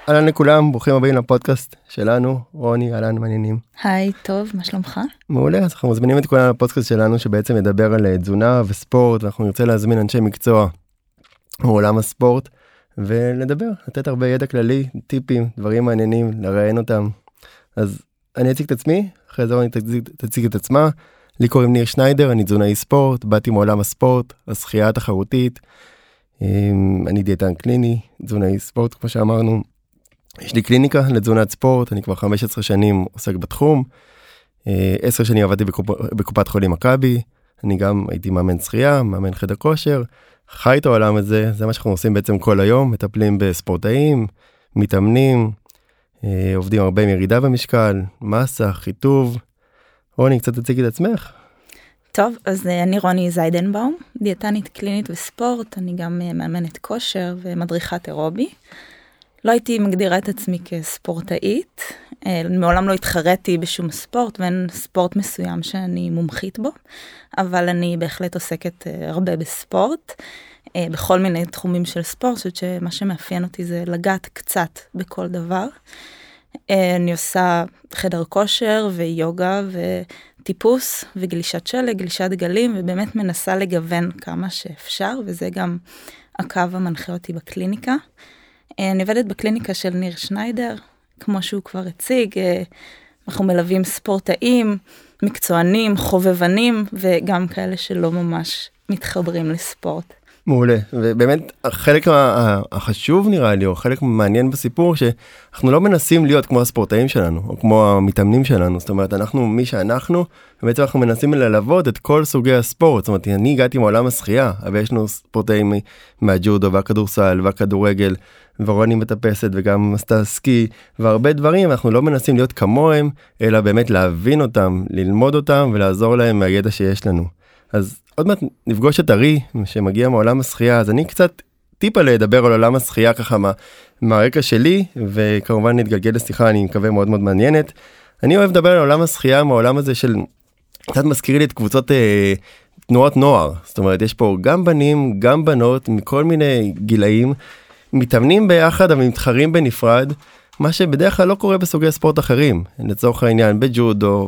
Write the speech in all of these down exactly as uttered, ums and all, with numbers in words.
אהלן לכולם, ברוכים הבאים לפודקאסט שלנו. רוני, אהלן, מעניינים. היי, טוב, מה שלומך? מעולה, אז אנחנו מזמינים את כולם לפודקאסט שלנו שבעצם מדבר על תזונה וספורט, ואנחנו נרצה להזמין אנשי מקצוע מעולם הספורט, ולדבר, לתת הרבה ידע כללי, טיפים, דברים מעניינים, לראיין אותם. אז אני אציג את עצמי, אחרי זה רוני תציג, תציג את עצמה. לי קוראים ניר שניידר, אני תזונאי ספורט, באתי מעולם הספורט, השחייה התחרותית, אני דיאטן קליני, תזונאי ספורט כמו שאמרנו. יש לי קליניקה לתזונת ספורט, אני כבר חמש עשרה שנים עוסק בתחום, עשר שנים עבדתי בקופ... בקופת חולים מכבי, אני גם הייתי מאמן שחייה, מאמן חדר כושר, חי את העולם הזה, זה מה שאנחנו עושים בעצם כל היום, מטפלים בספורטאים, מתאמנים, עובדים הרבה עם ירידה במשקל, מסה, חיטוב. רוני, קצת תציג את עצמך. טוב, אז אני רוני זיידנבאום, דיאטנית קלינית וספורט, אני גם מאמנת כושר ומדריכת אירובי. לא הייתי מגדירה את עצמי כספורטאית, מעולם לא התחרתי בשום ספורט, ואין ספורט מסוים שאני מומחית בו, אבל אני בהחלט עוסקת הרבה בספורט, בכל מיני תחומים של ספורט, זאת שמה שמאפיין אותי זה לגעת קצת בכל דבר. אני עושה חדר כושר ויוגה וטיפוס וגלישת שלג, גלישת גלים, ובאמת מנסה לגוון כמה שאפשר, וזה גם הקו המנחה אותי בקליניקה. אני עובדת בקליניקה של ניר שניידר, כמו שהוא כבר הציג, אנחנו מלווים ספורטאים, מקצוענים, חובבנים, וגם כאלה שלא ממש מתחברים לספורט. מעולה, ובאמת החלק החשוב נראה לי, או חלק מעניין בסיפור, שאנחנו לא מנסים להיות כמו הספורטאים שלנו, או כמו המתאמנים שלנו, זאת אומרת, אנחנו, מי שאנחנו, ובעצם אנחנו מנסים ללוות את כל סוגי הספורט, זאת אומרת, אני הגעתי מעולם השחייה, אבל יש לנו ספורטאים מהג'ודו, והכדורסל, והכדורגל, ורוני מטפסת, וגם עשתה סקי, והרבה דברים, אנחנו לא מנסים להיות כמוהם, אלא באמת להבין אותם, ללמוד אותם, ולעזור להם מהידע שיש לנו. אז עוד מעט נפגוש את ארי שמגיע מעולם השחייה, אז אני קצת טיפה לדבר על עולם השחייה ככה מה, מהרקע שלי, וכמובן נתגלגל לשיחה, אני מקווה מאוד מאוד מעניינת. אני אוהב לדבר על עולם השחייה, מהעולם הזה של, קצת מזכיר לי את קבוצות אה, תנועות נוער, זאת אומרת יש פה גם בנים, גם בנות, מכל מיני גילאים, מתאמנים ביחד אבל מתחרים בנפרד, מה שבדרך כלל לא קורה בסוגי ספורט אחרים, לצורך העניין בג'ודו,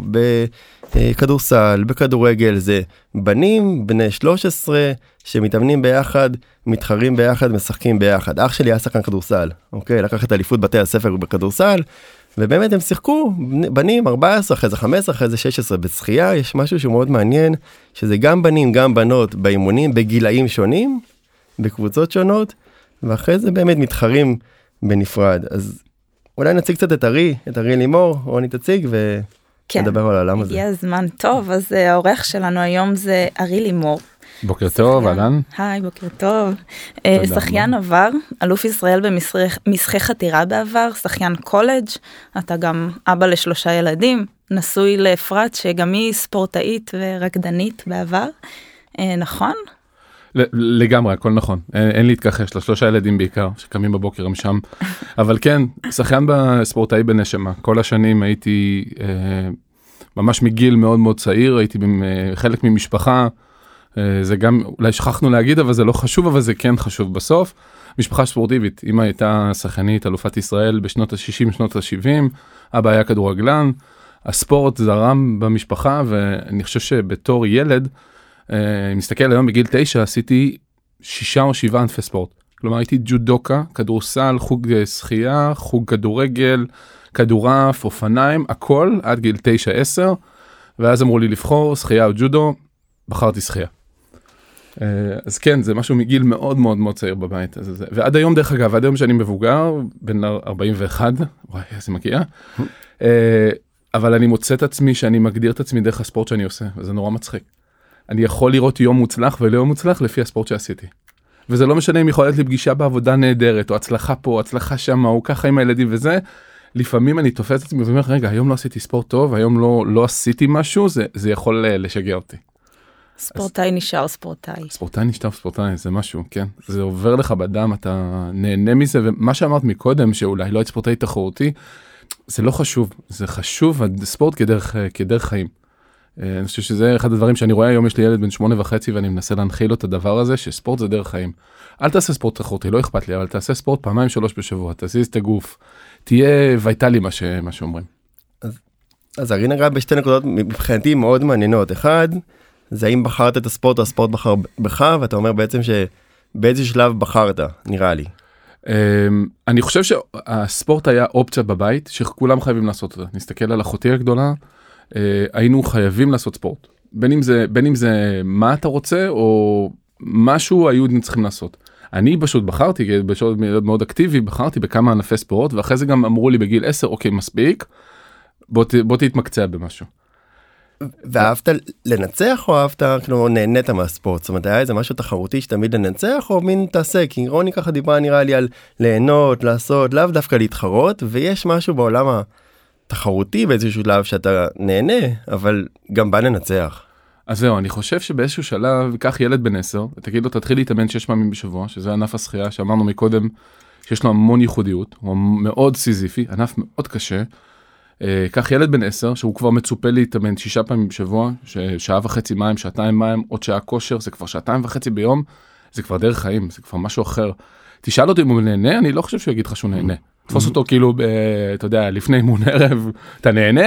בכדורסל, בכדורגל, זה בנים, בני שלוש עשרה, שמתאמנים ביחד, מתחרים ביחד, משחקים ביחד. אח שלי היה שחקן כדורסל, אוקיי? לקח את אליפות בתי הספר בכדורסל, ובאמת הם שיחקו, בנים ארבע עשרה, אחרי זה חמש עשרה, אחרי זה שש עשרה. בשחייה יש משהו שהוא מאוד מעניין, שזה גם בנים, גם בנות, באימונים, בגילאים שונים, בקבוצות שונות, ואחרי זה באמת מתחרים בנפרד. אז אולי נציג קצת את ארי, את ארי לימור, רוני תציג ונדבר כן, על העולם הזה. הגיע הזמן טוב, אז העורך שלנו היום זה ארי לימור. בוקר טוב, אהלן. היי, בוקר טוב. שחיין עבר, אלוף ישראל במשחי חתירה בעבר, שחיין קולג', אתה גם אבא לשלושה ילדים, נשוי לאפרת שגם היא ספורטאית ורקדנית בעבר, נכון? לגמרי, הכל נכון. אין להתכחש, לשלושה ילדים בעיקר, שקמים בבוקר הם שם. אבל כן, שחיין בספורטאי בנשמה. כל השנים הייתי ממש מגיל מאוד מאוד צעיר, הייתי חלק ממשפחה, זה גם, אולי שכחנו להגיד, אבל זה לא חשוב, אבל זה כן חשוב בסוף. משפחה ספורטיבית, אמא הייתה שחיינית, אלופת ישראל בשנות ה-שישים, שנות ה-שבעים, אבא היה כדורגלן, הספורט זרם במשפחה, ואני חושב שבתור ילד, אני מסתכל היום בגיל תשע, עשיתי שישה או שבעה ענפי ספורט. כלומר, הייתי ג'ודוקה, כדורסל, חוג שחייה, חוג כדורגל, כדורעף, אופניים, הכל עד גיל תשע עשר, ואז אמרו לי לבחור שחייה או ג'ודו, בחרתי שחייה. אז כן, זה משהו מגיל מאוד מאוד מאוד צעיר בבית. ועד היום, דרך אגב, עד היום שאני מבוגר, בין ארבעים ואחת, וואי, איזה מגיע. אבל אני מוצא את עצמי שאני מגדיר את עצמי דרך הספורט שאני עושה, וזה נורא מצחיק. אני יכול לראות יום מוצלח ולא יום מוצלח לפי הספורט שעשיתי. וזה לא משנה אם יכול להיות לי פגישה בעבודה נהדרת, או הצלחה פה, או הצלחה שם, או ככה עם הילדים וזה. לפעמים אני תופס את עצמי ואומר, רגע, היום לא עשיתי ספורט טוב, היום לא, לא עשיתי משהו, זה, זה יכול לשגע אותי. ספורטאי נשאר ספורטאי. ספורטאי נשאר ספורטאי, זה משהו, כן. זה עובר לך בדם, אתה נהנה מזה, ומה שאמרת מקודם, שאולי לא היית ספורטאי תחרותי, זה לא חשוב, זה חשוב, הספורט כדרך, כדרך חיים. אני חושב שזה אחד הדברים שאני רואה היום, יש לי ילד בן שמונה וחצי ואני מנסה להנחיל לו את הדבר הזה, שספורט זה דרך חיים. אל תעשה ספורט תחרותי, לא אכפת לי, אבל תעשה ספורט פעמיים שלוש בשבוע, תעשיז את הגוף, תהיה ויטלי מה, ש... מה שאומרים. אז, אז הרי נגע בשתי נקודות מבחינתי מאוד מעניינות. אחד, זה האם בחרת את הספורט או הספורט בחר בך, ואתה אומר בעצם שבאיזה שלב בחרת, נראה לי. אני חושב שהספורט היה אופציה בבית, שכולם חייבים לעשות אותה. נסתכל על אחותי הגדולה, היינו חייבים לעשות ספורט. בין אם זה, בין אם זה מה אתה רוצה, או משהו היו צריכים לעשות. אני פשוט בחרתי, בשעות מאוד אקטיבי, בחרתי בכמה ענפי ספורט, ואחרי זה גם אמרו לי בגיל עשר, אוקיי, מספיק, בוא, בוא תתמקצע במשהו. ואהבת לנצח או אהבת, כאילו, נהנית מהספורט? זאת אומרת, היה איזה משהו תחרותי שתמיד לנצח, או מין תעשה? כי רוני ככה דיברה נראה לי על ליהנות, לעשות, לאו דווקא להתחרות, ויש משהו בעולם התחרותי באיזשהו שלב שאתה נהנה, אבל גם בא לנצח. אז זהו, אני חושב שבאיזשהו שלב, קח ילד בן עשר, ותגיד לו, תתחיל להתאמן שש פעמים בשבוע, שזה ענף השחייה, שאמרנו מקודם, שיש לו המון ייחודיות, הוא מאוד סיזיפי, ענף מאוד קשה, קח ילד בן עשר, שהוא כבר מצופה להתאמן שישה פעמים בשבוע, שעה וחצי מים, שעתיים מים, עוד שעה כושר, זה כבר שעתיים וחצי ביום, זה כבר דרך חיים, זה כבר משהו אחר. תשאל אותו אם הוא נהנה, אני לא חושב שהוא יגיד לך שהוא נהנה. תפוס אותו כאילו, אתה יודע, לפני אימון ערב, אתה נהנה?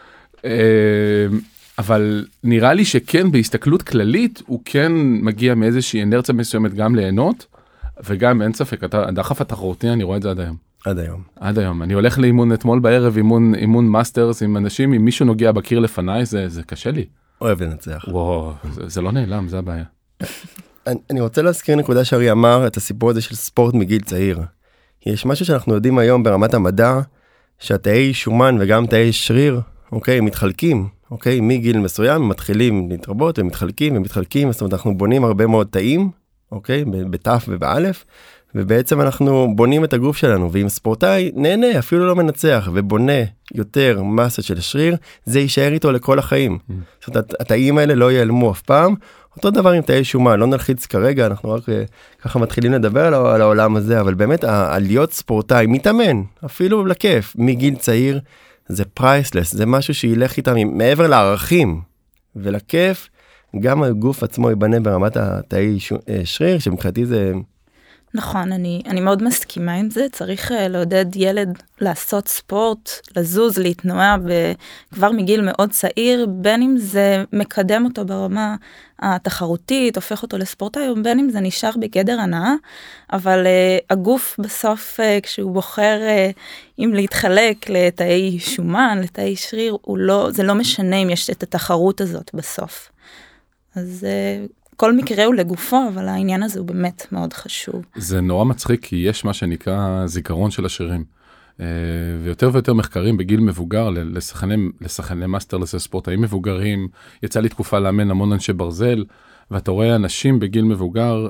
אבל נראה לי שכן, בהסתכלות כללית, הוא כן מגיע מאיזושהי אנרציה מסוימת גם ליהנות, וגם אין ספק, הדחף התחרותי, אני רואה את זה עד היום. עד היום. עד היום. אני הולך לאימון אתמול בערב, אימון, אימון מאסטרס עם אנשים, אם מישהו נוגע בקיר לפניי, זה, זה קשה לי. אוהב לנצח. וואו, זה, זה לא נעלם, זה הבעיה. אני, אני רוצה להזכיר נקודה שארי אמר, את הסיפור הזה של ספורט מגיל צעיר. יש משהו שאנחנו יודעים היום ברמת המדע, שהתאי שומן וגם תאי שריר, אוקיי, מתחלקים, אוקיי, מגיל מסוים, הם מתחילים להתרבות, הם מתחלקים, הם מתחלקים, זאת אומרת, אנחנו בונים הרבה מאוד תאים, אוקיי, בתף ובאלף, ובעצם אנחנו בונים את הגוף שלנו, ואם ספורטאי נהנה, אפילו לא מנצח, ובונה יותר מסה של שריר, זה יישאר איתו לכל החיים. Mm. זאת אומרת, התאים האלה לא ייעלמו אף פעם, אותו דבר עם תאי שומן, לא נלחיץ כרגע, אנחנו רק ככה מתחילים לדבר על, על העולם הזה, אבל באמת, להיות ספורטאי, מתאמן, אפילו לכיף, מגיל צעיר, זה פרייסלס, זה משהו שילך איתם מעבר לערכים, ולכיף, גם הגוף עצמו ייבנה ברמת התאי שריר, שמבחינתי זה... נכון, אני, אני מאוד מסכימה עם זה, צריך uh, לעודד ילד לעשות ספורט, לזוז, להתנועה, וכבר מגיל מאוד צעיר, בין אם זה מקדם אותו ברמה התחרותית, הופך אותו לספורטאי, ובין אם זה נשאר בגדר הנאה, אבל uh, הגוף בסוף, uh, כשהוא בוחר uh, אם להתחלק לתאי שומן, לתאי שריר, הוא לא, זה לא משנה אם יש את התחרות הזאת בסוף. אז... Uh, כל מקרה הוא לגופו, אבל העניין הזה הוא באמת מאוד חשוב. זה נורא מצחיק, כי יש מה שנקרא זיכרון של השירים. ויותר ויותר מחקרים בגיל מבוגר, לשחקני מאסטר, לספורטאים מבוגרים, יצא לי תקופה לאמן המון אנשי ברזל, ואתה רואה אנשים בגיל מבוגר,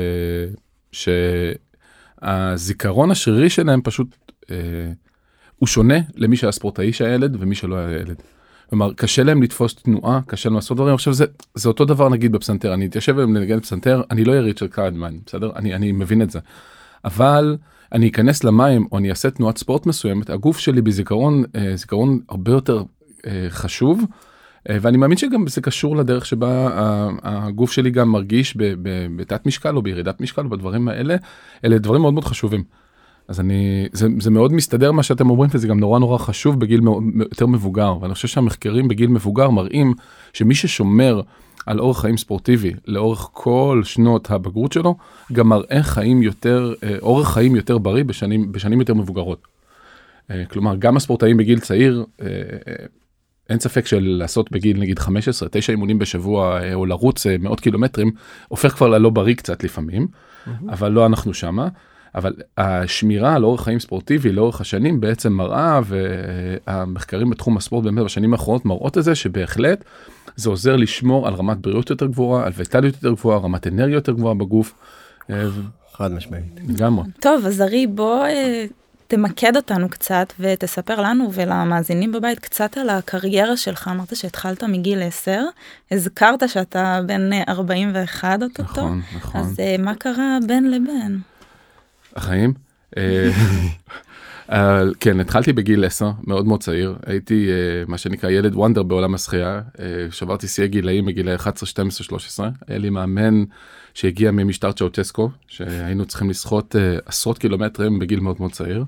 שהזיכרון השרירי שלהם פשוט, הוא שונה למי שהיה ספורטאי שהיה ילד, ומי שלא היה ילד. כלומר, קשה להם לתפוס תנועה, קשה להם לעשות דברים. עכשיו, זה, זה אותו דבר נגיד בפסנתר. אני אתיישב ולנגן בפסנתר, אני לא אריץ' קלדמן, בסדר? אני, אני מבין את זה. אבל אני אכנס למים, או אני אעשה תנועת ספורט מסוימת, הגוף שלי בזיכרון, זיכרון הרבה יותר חשוב, ואני מאמין שגם זה קשור לדרך שבה הגוף שלי גם מרגיש בתת משקל, או בירידת משקל, או בדברים האלה. אלה דברים מאוד מאוד חשובים. אז אני, זה, זה מאוד מסתדר מה שאתם אומרים, וזה גם נורא נורא חשוב בגיל יותר מבוגר, ואני חושב שהמחקרים בגיל מבוגר מראים שמי ששומר על אורח חיים ספורטיבי לאורך כל שנות הבגרות שלו, גם מראה חיים יותר, אורח חיים יותר בריא בשנים, בשנים יותר מבוגרות. כלומר, גם הספורטאים בגיל צעיר, אין ספק של לעשות בגיל נגיד חמש עשרה, תשע אימונים בשבוע, או לרוץ מאות קילומטרים, הופך כבר ללא בריא קצת לפעמים, mm-hmm. אבל לא אנחנו שמה. אבל השמירה על אורח חיים ספורטיבי לאורך השנים בעצם מראה, והמחקרים בתחום הספורט באמת בשנים האחרונות מראות את זה, שבהחלט זה עוזר לשמור על רמת בריאות יותר גבוהה, על ויטליות יותר גבוהה, רמת אנרגיה יותר גבוהה בגוף. חד משמעית. לגמרי. טוב, אז ארי, בוא תמקד אותנו קצת, ותספר לנו ולמאזינים בבית קצת על הקריירה שלך. אמרת שהתחלת מגיל עשר, הזכרת שאתה בן ארבעים ואחת אותו. נכון, נכון. אז מה קרה בין לבין? החיים. כן, התחלתי בגיל עשר, מאוד מאוד צעיר, הייתי מה שנקרא ילד וונדר בעולם השחייה, שברתי שיאי גילאים בגילי אחת עשרה, שתים עשרה, שלוש עשרה, היה לי מאמן שהגיע ממשטר צ'אוצ'סקו, שהיינו צריכים לשחות עשרות קילומטרים בגיל מאוד מאוד צעיר,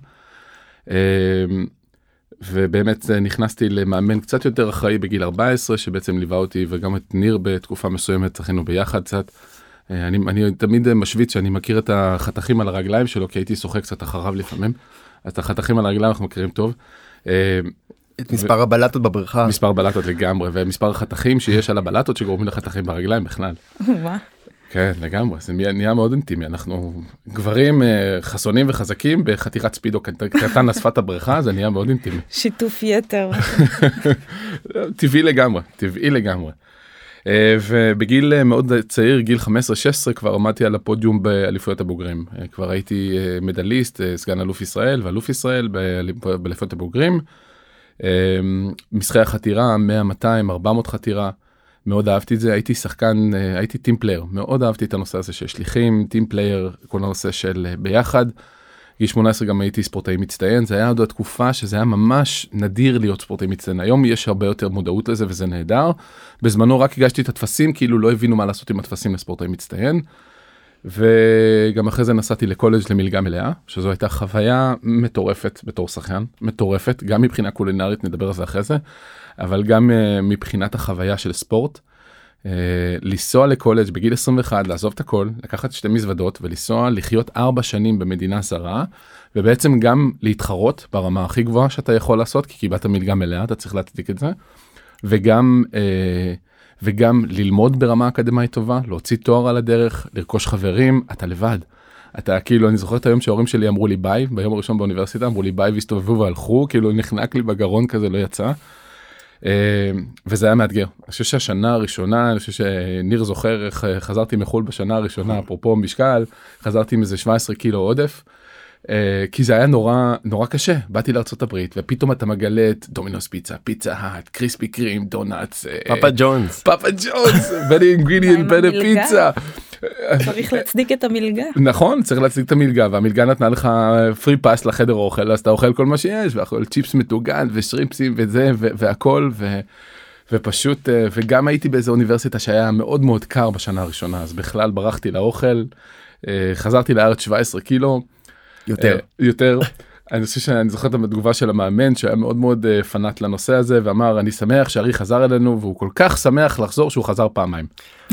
ובאמת נכנסתי למאמן קצת יותר אחראי בגיל ארבע עשרה, שבעצם ליווה אותי, וגם את ניר בתקופה מסוימת, צריכינו ביחד קצת, אני, אני תמיד משוויץ שאני מכיר את החתכים על הרגליים שלו, כי הייתי שוחק קצת אחריו לפעמים, אז את החתכים על הרגליים אנחנו מכירים טוב. את מספר ו... הבלטות בבריכה. מספר הבלטות לגמרי, ומספר החתכים שיש על הבלטות שגורמים לחתכים ברגליים בכלל. וואו. כן, לגמרי, זה נהיה מאוד אינטימי, אנחנו גברים חסונים וחזקים בחתיכת ספידו קטן לשפת הבריכה, זה נהיה מאוד אינטימי. שיתוף יתר. טבעי לגמרי, טבעי לגמרי. ובגיל מאוד צעיר, גיל חמש עשרה שש עשרה, כבר עמדתי על הפודיום באליפויות הבוגרים. כבר הייתי מדליסט, סגן אלוף ישראל ואלוף ישראל באליפויות הבוגרים. משחקי החתירה, מאה, מאתיים, ארבע מאות חתירה. מאוד אהבתי את זה, הייתי שחקן, הייתי טים פלייר, מאוד אהבתי את הנושא הזה של שליחים, טים פלייר, כל הנושא של ביחד. גיל שמונה עשרה גם הייתי ספורטאי מצטיין, זה היה עוד התקופה שזה היה ממש נדיר להיות ספורטאי מצטיין. היום יש הרבה יותר מודעות לזה וזה נהדר. בזמנו רק הגשתי את התפסים, כאילו לא הבינו מה לעשות עם התפסים לספורטאי מצטיין. וגם אחרי זה נסעתי לקולג' למלגה מלאה, שזו הייתה חוויה מטורפת בתור שחיין, מטורפת, גם מבחינה קולינרית, נדבר על זה אחרי זה, אבל גם uh, מבחינת החוויה של ספורט, uh, לנסוע לקולג' בגיל עשרים ואחת, לעזוב את הכל, לקחת שתי מזוודות ולנסוע, לחיות ארבע שנים במדינה זרה, ובעצם גם להתחרות ברמה הכי גבוהה שאתה יכול לעשות, כי קיבלת מלגה מלאה, אתה צריך להצדיק את זה, וגם... Uh, וגם ללמוד ברמה אקדמית טובה, להוציא תואר על הדרך, לרכוש חברים, אתה לבד. אתה כאילו, אני זוכר את היום שההורים שלי אמרו לי ביי, ביום הראשון באוניברסיטה אמרו לי ביי והסתובבו והלכו, כאילו נחנק לי בגרון כזה, לא יצא. וזה היה מאתגר. אני חושב שהשנה הראשונה, אני חושב שניר זוכר איך חזרתי מחול בשנה הראשונה, אפרופו משקל, חזרתי מזה שבע עשרה קילו עודף, כי זה היה נורא, נורא קשה. באתי לארצות הברית, ופתאום אתה מגלה את דומינוס פיצה, פיצה האט, קריספי קרים, דונאטס, פאפה ג'ונס. פאפה ג'ונס, בני אינגרידיאנט, בני פיצה. צריך להצדיק את המלגה. נכון, צריך להצדיק את המלגה, והמלגה נתנה לך פרי פאס לחדר אוכל, אז אתה אוכל כל מה שיש, ואוכל צ'יפס מטוגן, ושרימפסים, וזה, והכל, ופשוט, וגם הייתי באיזו אוניברסיטה שהיה מאוד מאוד קר בשנה הראשונה, אז בכלל ברחתי לאוכל, חזרתי לארץ שבע עשרה קילו, יותר. יותר. אני חושב שאני זוכר את התגובה של המאמן שהיה מאוד מאוד פנאט לנושא הזה ואמר אני שמח שארי חזר אלינו והוא כל כך שמח לחזור שהוא חזר פעמיים.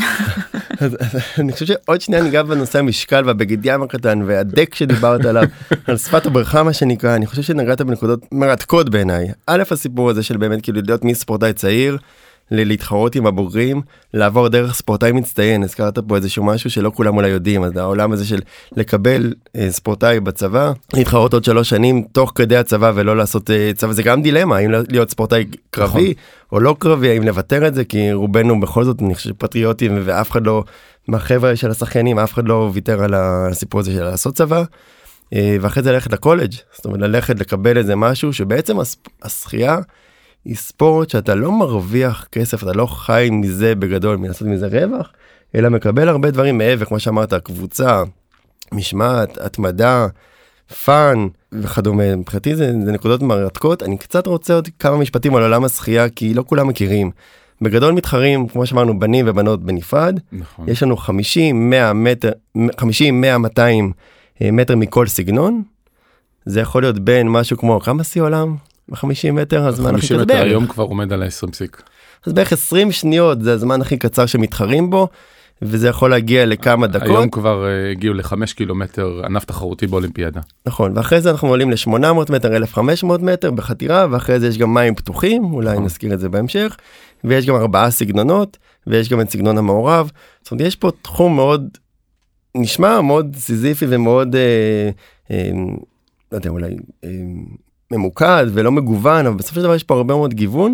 אני חושב שעוד שנייה ניגע בנושא המשקל והבגד ים הקטן והדק שדיברת עליו על שפת הבריכה מה שנקרא, אני חושב שנגעת בנקודות מרתקות בעיניי. א', הסיפור הזה של באמת כאילו להיות מספורטאי צעיר להתחרות עם הבוגרים, לעבור דרך ספורטאי מצטיין. הזכרת פה איזשהו משהו שלא כולם אולי יודעים, אז העולם הזה של לקבל אה, ספורטאי בצבא, להתחרות עוד שלוש שנים תוך כדי הצבא ולא לעשות אה, צבא, זה גם דילמה, האם להיות ספורטאי קרבי נכון. או לא קרבי, האם לוותר את זה, כי רובנו בכל זאת אני חושב פטריוטים ואף אחד לא, מהחבר'ה של השחיינים, אף אחד לא ויתר על הסיפור הזה של לעשות צבא, אה, ואחרי זה ללכת לקולג', זאת אומרת ללכת לקבל איזה משהו שבעצם השחייה, היא ספורט שאתה לא מרוויח כסף, אתה לא חי מזה בגדול, מלעשות מזה רווח, אלא מקבל הרבה דברים מעבר, כמו שאמרת, קבוצה, משמעת, התמדה, פאן וכדומה. מבחינתי זה, זה נקודות מרתקות. אני קצת רוצה עוד כמה משפטים על עולם השחייה, כי לא כולם מכירים. בגדול מתחרים, כמו שאמרנו, בנים ובנות בנפרד. נכון. יש לנו חמישים, מאה מטר, חמישים, מאה, מאתיים מטר מכל סגנון. זה יכול להיות בין משהו כמו, כמה שיא עולם? ב-חמישים מטר, הזמן הכי קצר. היום כבר עומד על ה-עשרים פסיק. אז בערך עשרים שניות, זה הזמן הכי קצר שמתחרים בו, וזה יכול להגיע לכמה דקות. היום כבר הגיעו לחמש קילומטר ענף תחרותי באולימפיאדה. נכון, ואחרי זה אנחנו עולים ל-שמונה מאות מטר, אלף וחמש מאות מטר בחתירה, ואחרי זה יש גם מים פתוחים, אולי נזכיר את זה בהמשך, ויש גם ארבעה סגנונות, ויש גם את סגנון המעורב. זאת אומרת, יש פה תחום מאוד, נשמע מאוד סיזיפי ומאוד, אה, אה, לא יודע, אולי... אה, ממוקד ולא מגוון, אבל בסופו של דבר יש פה הרבה מאוד גיוון.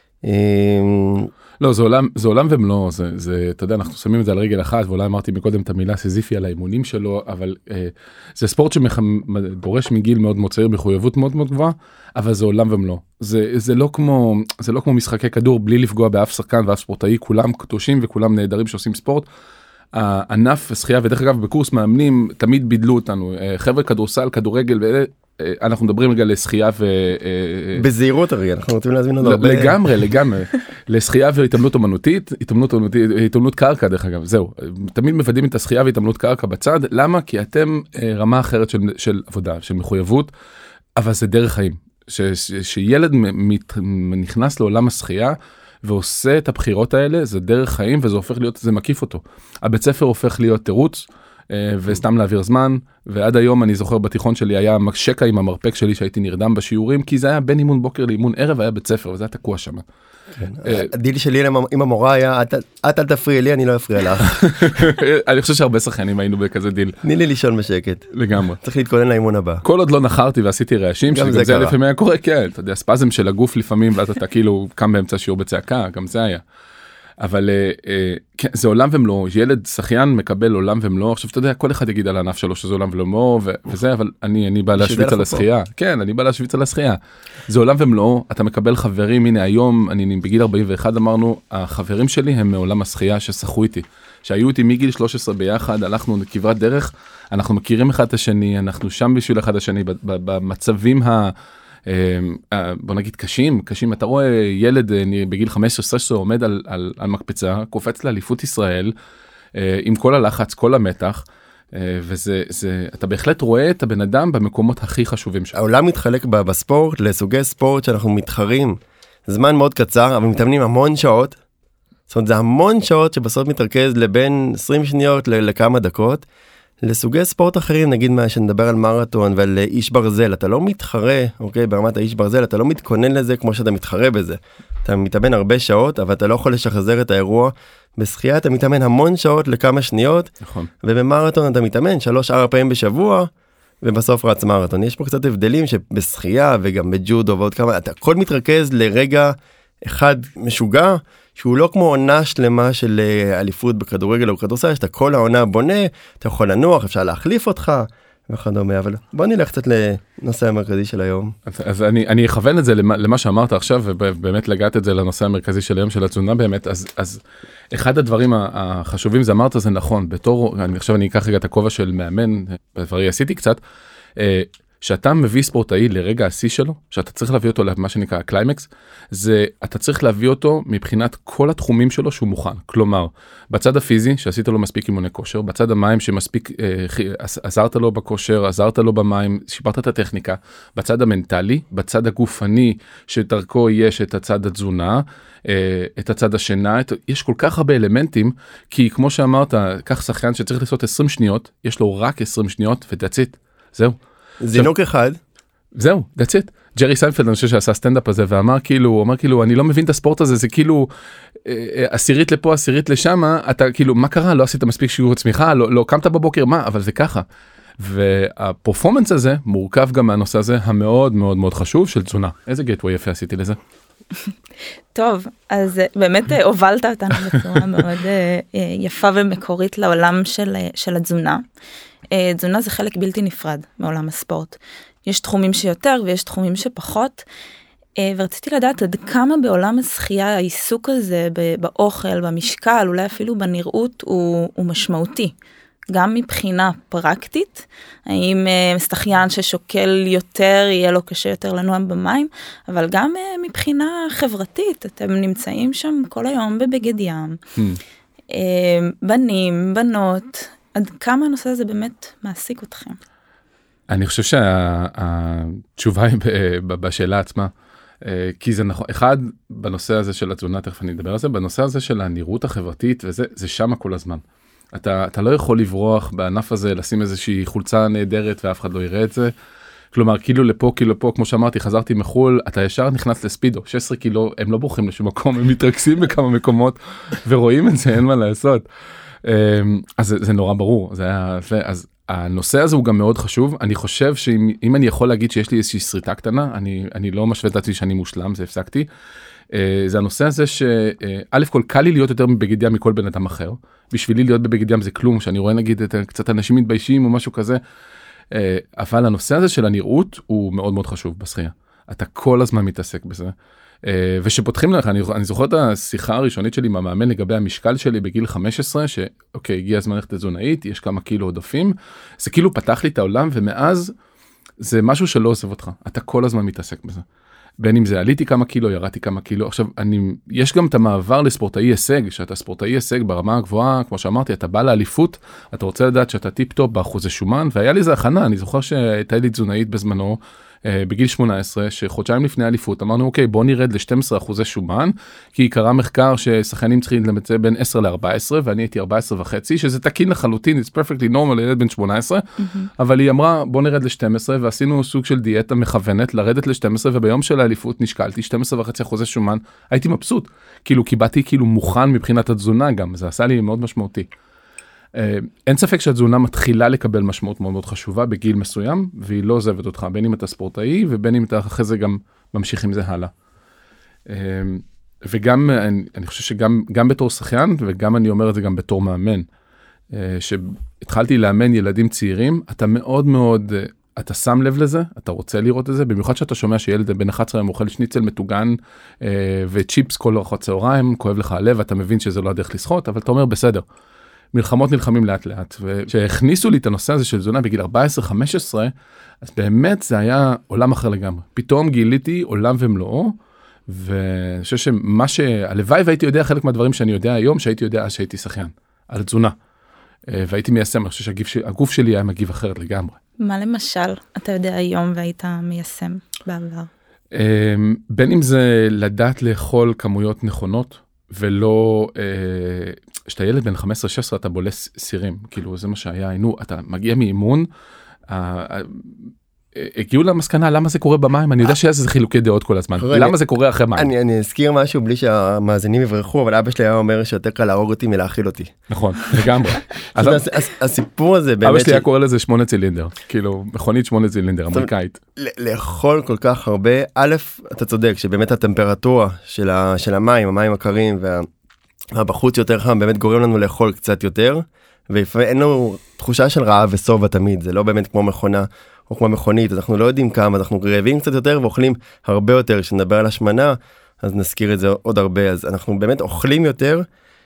לא, זה עולם, זה עולם ומלוא, זה, זה, אתה יודע, אנחנו שמים את זה על רגל אחת, ואולי אמרתי מקודם את המילה סיזיפי על האימונים שלו, אבל אה, זה ספורט שדורש מגיל מאוד מאוד צעיר, מחויבות מאוד מאוד גבוהה, אבל זה עולם ומלוא. זה, זה לא כמו, זה לא כמו משחקי כדור, בלי לפגוע באף שחקן ואף ספורטאי, כולם קדושים וכולם נהדרים שעושים ספורט. הענף השחייה, ודרך אגב, בקורס מאמנים, תמיד בידלו אותנו, חבר'ה כדורסל, כדורגל, ואלה, אנחנו מדברים רגע לשחייה ו... בזהירות הרגע, אנחנו רוצים להזמין עוד הרבה. לגמרי, לגמרי. לשחייה והתאמנות אומנותית, התאמנות אומנותית, התאמנות קרקע דרך אגב, זהו. תמיד מוודאים את השחייה והתאמנות קרקע בצד, למה? כי אתם רמה אחרת של, של עבודה, של מחויבות, אבל זה דרך חיים. ש, ש, שילד מת, נכנס לעולם השחייה, ועושה את הבחירות האלה, זה דרך חיים, וזה הופך להיות, זה מקיף אותו. הבית ספר הופך להיות תירוץ, וסתם להעביר זמן, ועד היום אני זוכר בתיכון שלי היה שקע עם המרפק שלי שהייתי נרדם בשיעורים, כי זה היה בין אימון בוקר לאימון ערב, היה בית ספר, וזה היה תקוע שם. הדיל שלי עם המורה היה, את אל תפריע לי, אני לא אפריע לך. אני חושב שהרבה שחיינים היינו בכזה דיל. תני לי לישון בשקט. לגמרי. צריך להתכונן לאימון הבא. כל עוד לא נחרתי ועשיתי רעשים, שגם זה לפעמים היה קורה, כן, אתה יודע, ספזם של הגוף לפעמים, ואז אתה כאילו קם באמצע שיעור בצעקה, גם זה היה. אבל כן, זה עולם ומלואו, ילד שחיין מקבל עולם ומלואו, עכשיו אתה יודע, כל אחד יגיד על הענף שלו שזה עולם ומלואו וזה, אבל אני, אני בא להשוויץ על השחייה, כן, אני בא להשוויץ על השחייה, זה עולם ומלואו, אתה מקבל חברים, הנה היום, אני בגיל ארבעים ואחת אמרנו, החברים שלי הם מעולם השחייה ששחו איתי, שהיו איתי מגיל שלוש עשרה ביחד, הלכנו כברת דרך, אנחנו מכירים אחד את השני, אנחנו שם בשביל אחד השני, במצבים ה... בוא נגיד קשים, קשים, אתה רואה ילד בגיל חמש עשרה שש עשרה עומד על, על, על מקפצה, קופץ לאליפות ישראל, עם כל הלחץ, כל המתח, וזה, זה, אתה בהחלט רואה את הבן אדם במקומות הכי חשובים שלו. העולם מתחלק בספורט לסוגי ספורט שאנחנו מתחרים, זמן מאוד קצר, אבל מתאמנים המון שעות, זאת אומרת זה המון שעות שבסוף מתרכז לבין עשרים שניות לכמה דקות, לסוגי ספורט אחרים, נגיד מה שנדבר על מרתון ועל איש ברזל, אתה לא מתחרה, אוקיי, ברמת האיש ברזל, אתה לא מתכונן לזה כמו שאתה מתחרה בזה. אתה מתאמן הרבה שעות, אבל אתה לא יכול לשחזר את האירוע. בשחייה אתה מתאמן המון שעות לכמה שניות, נכון. ובמרתון אתה מתאמן שלוש, ארבע פעמים בשבוע, ובסוף רץ מרתון. יש פה קצת הבדלים שבשחייה וגם בג'ודו ועוד כמה, אתה הכל מתרכז לרגע אחד משוגע, שהוא לא כמו עונה שלמה של אליפות בכדורגל או בכדורסל, שאתה כל העונה בונה, אתה יכול לנוח, אפשר להחליף אותך, וכדומה, אבל בוא נלך קצת לנושא המרכזי של היום. אז, אז אני, אני אכוון את זה למה, למה שאמרת עכשיו, ובאמת לגעת את זה לנושא המרכזי של היום של התזונה באמת, אז, אז אחד הדברים החשובים זה אמרת, זה נכון, בתור, אני חושב אני אקח רגע את הכובע של מאמן, בדברי עשיתי קצת, שאתה מביא ספורטאי לרגע השיא שלו, שאתה צריך להביא אותו למה שנקרא הקליימקס, זה אתה צריך להביא אותו מבחינת כל התחומים שלו שהוא מוכן. כלומר, בצד הפיזי, שעשית לו מספיק אימוני כושר, בצד המים שמספיק, אה, עזרת לו בכושר, עזרת לו במים, שיפרת את הטכניקה, בצד המנטלי, בצד הגופני, שדרכו יש את הצד התזונה, אה, את הצד השינה, את, יש כל כך הרבה אלמנטים, כי כמו שאמרת, כך שחקן שצריך לעשות עשרים שניות, יש לו רק עשרים שניות, ו-that's it. זהו. זינוק אחד. זהו, that's it. ג'רי סיינפלד, אני חושב שעשה סטנדאפ הזה, ואמר כאילו, הוא אמר כאילו, אני לא מבין את הספורט הזה, זה כאילו, עשירית לפה, עשירית לשם, אתה כאילו, מה קרה? לא עשית מספיק שיעור צמיחה, לא, לא קמת בבוקר, מה? אבל זה ככה. והפרפורמנס הזה מורכב גם מהנושא הזה, המאוד מאוד מאוד חשוב של תזונה. איזה גייטווי יפה עשיתי לזה? טוב, אז באמת הובלת אותנו בצורה מאוד יפה ומקורית לעולם של, של התזונה. תזונה זה חלק בלתי נפרד מעולם הספורט. יש תחומים שיותר ויש תחומים שפחות, ורציתי לדעת עד כמה בעולם השחייה העיסוק הזה באוכל, במשקל, אולי אפילו בנראות הוא, הוא משמעותי. גם מבחינה פרקטית, האם שחיין ששוקל יותר, יהיה לו קשה יותר לנוע במים, אבל גם מבחינה חברתית, אתם נמצאים שם כל היום בבגד ים. Hmm. בנים, בנות, עד כמה הנושא הזה באמת מעסיק אתכם? אני חושב שהתשובה היא בשאלה עצמה, כי זה נכון, אחד, בנושא הזה של התזונה, תכף אני אדבר על זה, בנושא הזה של הנראות החברתית, וזה, זה שם כל הזמן. אתה, אתה לא יכול לברוח בענף הזה, לשים איזושהי חולצה נהדרת, ואף אחד לא יראה את זה. כלומר, כאילו לפה, כאילו לפה, כמו שאמרתי, חזרתי מחול, אתה ישר נכנס לספידו, שש עשרה קילו, הם לא בורחים לשום מקום, הם מתרכזים בכמה מקומות, ורואים את זה, אין מה לעשות. אז זה, זה נורא ברור, זה היה, אז הנושא הזה הוא גם מאוד חשוב, אני חושב שאם אני יכול להגיד שיש לי איזושהי שריטה קטנה, אני, אני לא משווה את עצמי שאני מושלם, זה הפסקתי, זה הנושא הזה שא' כל קל לי להיות יותר בבגד ים מכל בן אדם אחר, בשבילי להיות בבגד ים זה כלום, שאני רואה נגיד את קצת אנשים מתביישים או משהו כזה, אבל הנושא הזה של הנראות הוא מאוד מאוד חשוב בשחייה, אתה כל הזמן מתעסק בזה, ושפותחים לך, אני, אני זוכר את השיחה הראשונית שלי עם המאמן לגבי המשקל שלי בגיל חמש עשרה, שאוקיי, הגיע הזמן ללכת תזונאית, יש כמה קילו עודפים, זה כאילו פתח לי את העולם, ומאז זה משהו שלא עוזב אותך, אתה כל הזמן מתעסק בזה. בין אם זה עליתי כמה קילו, ירדתי כמה קילו, עכשיו אני, יש גם את המעבר לספורטאי הישג, שאתה ספורטאי הישג ברמה הגבוהה, כמו שאמרתי, אתה בא לאליפות, אתה רוצה לדעת שאתה טיפ-טופ באחוזי שומן, והיה לי זה הכנה, אני זוכר שהייתה לי תזונאית בזמנו, בגיל שמונה עשרה, שחודשיים לפני האליפות, אמרנו, אוקיי, בוא נרד ל-שנים עשר אחוזי שומן, כי קרה מחקר ששחיינים צריכים למצא בין עשר ל-ארבע עשרה, ואני הייתי ארבע עשרה וחצי, שזה תקין לחלוטין, it's perfectly normal לילד בן שמונה עשרה, אבל היא אמרה, בוא נרד ל-שתים עשרה, ועשינו סוג של דיאטה מכוונת, לרדת ל-שתים עשרה, וביום של האליפות נשקלתי שתים עשרה וחצי אחוזי שומן, הייתי מבסוט, כאילו, כי באתי כאילו מוכן מבחינת התזונה גם, זה עשה לי מאוד משמעותי. אין ספק שהתזונה מתחילה לקבל משמעות מאוד מאוד חשובה בגיל מסוים, והיא לא עוזבת אותך, בין אם אתה ספורטאי, ובין אם אתה אחרי זה גם ממשיך עם זה הלאה. וגם, אני, אני חושב שגם גם בתור שחיין, וגם אני אומר את זה גם בתור מאמן, שהתחלתי לאמן ילדים צעירים, אתה מאוד מאוד, אתה שם לב לזה, אתה רוצה לראות את זה, במיוחד שאתה שומע שילד בן אחת עשרה אוכל שניצל מטוגן, וצ'יפס כל ארוחת צהריים, כואב לך הלב, אתה מבין שזה לא הדרך לשחות, אבל אתה אומר בסדר. מלחמות נלחמים לאט לאט, וכשהכניסו לי את הנושא הזה של תזונה בגיל ארבע עשרה חמש עשרה, אז באמת זה היה עולם אחר לגמרי. פתאום גיליתי עולם ומלואו, ואני חושב שמה שהלוואי והייתי יודע חלק מהדברים שאני יודע היום, שהייתי יודע אז שהייתי שחיין, על תזונה. והייתי מיישם, אני חושב שהגוף שלי היה מגיב אחרת לגמרי. מה למשל אתה יודע היום והיית מיישם בעבר? בין אם זה לדעת לאכול כמויות נכונות, ולא, שאתה ילד בן חמש עשרה שש עשרה, אתה בולס סירים, כאילו זה מה שהיה, נו, אתה מגיע מאימון, הגיעו למסקנה, למה זה קורה במים? אני יודע שזה חילוקי דעות כל הזמן, למה זה קורה אחרי מים? אני, אני אזכיר משהו בלי שהמאזינים יברחו, אבל אבא שלי היה אומר שיותר קל להרוג אותי מלהאכיל אותי. נכון, לגמרי. הסיפור הזה באמת... אבא שלי היה קורא לזה שמונה צילינדר, כאילו מכונית שמונה צילינדר, אמריקאית. לאכול כל כך הרבה, א', אתה צודק, שבאמת הטמפרטורה של המים, המים הקרים והבחוץ יותר חם, באמת גורם לנו לאכול קצת יותר, ואין לנו תחושה של רעב וסובה תמיד, זה לא באמת כמו מכונה או כמו מכונית, אנחנו לא יודעים כמה, אנחנו רעבים קצת יותר ואוכלים הרבה יותר, כשנדבר על השמנה, אז נזכיר את זה עוד הרבה, אז אנחנו באמת אוכלים יותר.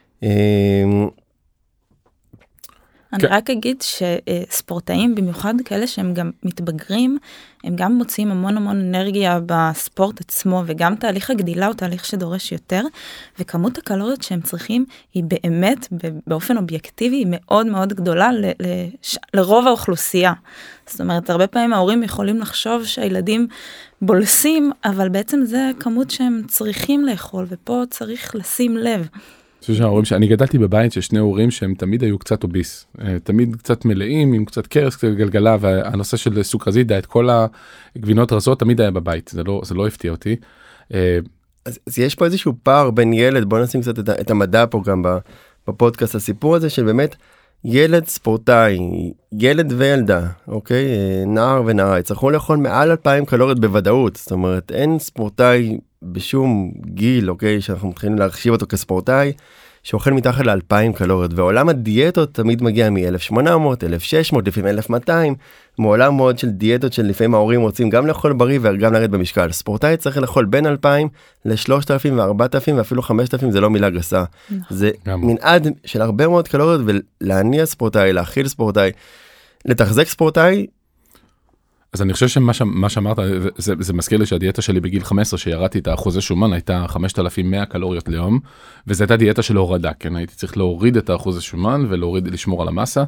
אני רק אגיד שספורטאים, במיוחד כאלה שהם גם מתבגרים, הם גם מוצאים המון המון אנרגיה בספורט עצמו, וגם תהליך הגדילה הוא תהליך שדורש יותר, וכמות הקלוריות שהם צריכים היא באמת, באופן אובייקטיבי, היא מאוד מאוד גדולה ל- לש- לרוב האוכלוסייה. זאת אומרת, הרבה פעמים ההורים יכולים לחשוב שהילדים בולסים, אבל בעצם זה הכמות שהם צריכים לאכול, ופה צריך לשים לב. אני גדלתי בבית של שני הורים שהם תמיד היו קצת אוביס, תמיד קצת מלאים, עם קצת קרס, קצת גלגלה, והנושא של סוכרזית, את כל הגבינות רזות תמיד היה בבית, זה לא, זה לא הפתיע אותי. אז, אז יש פה איזשהו פער בין ילד, בוא נשים קצת את, את המדע פה גם בפודקאסט, הסיפור הזה של באמת ילד ספורטאי, ילד וילדה, אוקיי, נער ונערה, יצטרכו לאכול מעל אלפיים קלוריות בוודאות, זאת אומרת, אין ספורטאי בשום גיל, אוקיי, שאנחנו מתחילים להחשיב אותו כספורטאי, שאוכל מתחת ל-אלפיים קלוריות, ועולם הדיאטות תמיד מגיע מ-אלף ושמונה מאות, אלף ושש מאות, לפעמים אלף ומאתיים, מעולם מאוד של דיאטות של לפעמים ההורים רוצים גם לאכול בריא וגם לרדת במשקל. ספורטאי צריך לאכול בין אלפיים ל-שלושת אלפים ו-ארבעת אלפים ואפילו חמשת אלפים, זה לא מילה גסה. זה מנעד של הרבה מאוד קלוריות, ולהניע ספורטאי, להכיל ספורטאי, לתחזק ספורטאי. אז אני חושב שמה שאמרת, זה, זה מזכיר לי שהדיאטה שלי בגיל חמש עשרה, שירדתי את האחוזי שומן, הייתה חמשת אלפים ומאה קלוריות ליום, וזו הייתה דיאטה של הורדה, כן? הייתי צריך להוריד את האחוזי שומן, ולהוריד, לשמור על המסה.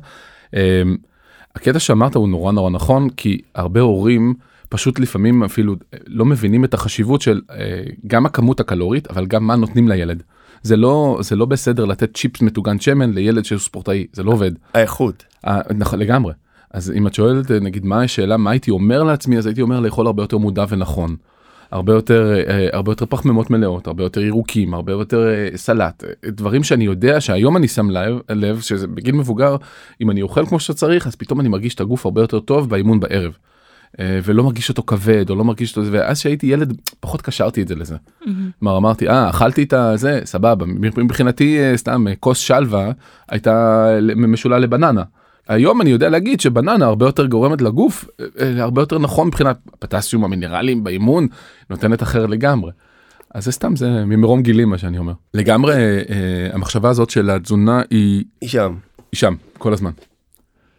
הקטע שאמרת הוא נורא נורא נכון, כי הרבה הורים פשוט לפעמים אפילו לא מבינים את החשיבות של גם הכמות הקלורית, אבל גם מה נותנים לילד. זה לא, זה לא בסדר לתת צ'יפס מטוגן שמן לילד שהוא ספורטאי, זה לא עובד. האיכות. לגמרי. אז אם את שואלת, נגיד, מה השאלה, מה הייתי אומר לעצמי, אז הייתי אומר לאכול הרבה יותר מודע ונכון. הרבה יותר, הרבה יותר פחמימות מלאות, הרבה יותר ירוקים, הרבה יותר סלט. דברים שאני יודע שהיום אני שם לב, לב שזה בגיל מבוגר, אם אני אוכל כמו שצריך, אז פתאום אני מרגיש את הגוף הרבה יותר טוב באימון בערב. ולא מרגיש אותו כבד, או לא מרגיש אותו, ואז שהייתי ילד, פחות קשרתי את זה לזה. כלומר, אמרתי, אה, אכלתי את זה, סבבה. מבחינתי, סתם, כוס שלווה, הייתה משולה לבננה. היום אני יודע להגיד שבננה הרבה יותר גורמת לגוף, הרבה יותר נכון מבחינת פוטסיום, המינרלים באימון, נותנת אחרת לגמרי. אז זה סתם, זה ממרום גילים מה שאני אומר. לגמרי, המחשבה הזאת של התזונה היא... היא שם. היא שם, כל הזמן.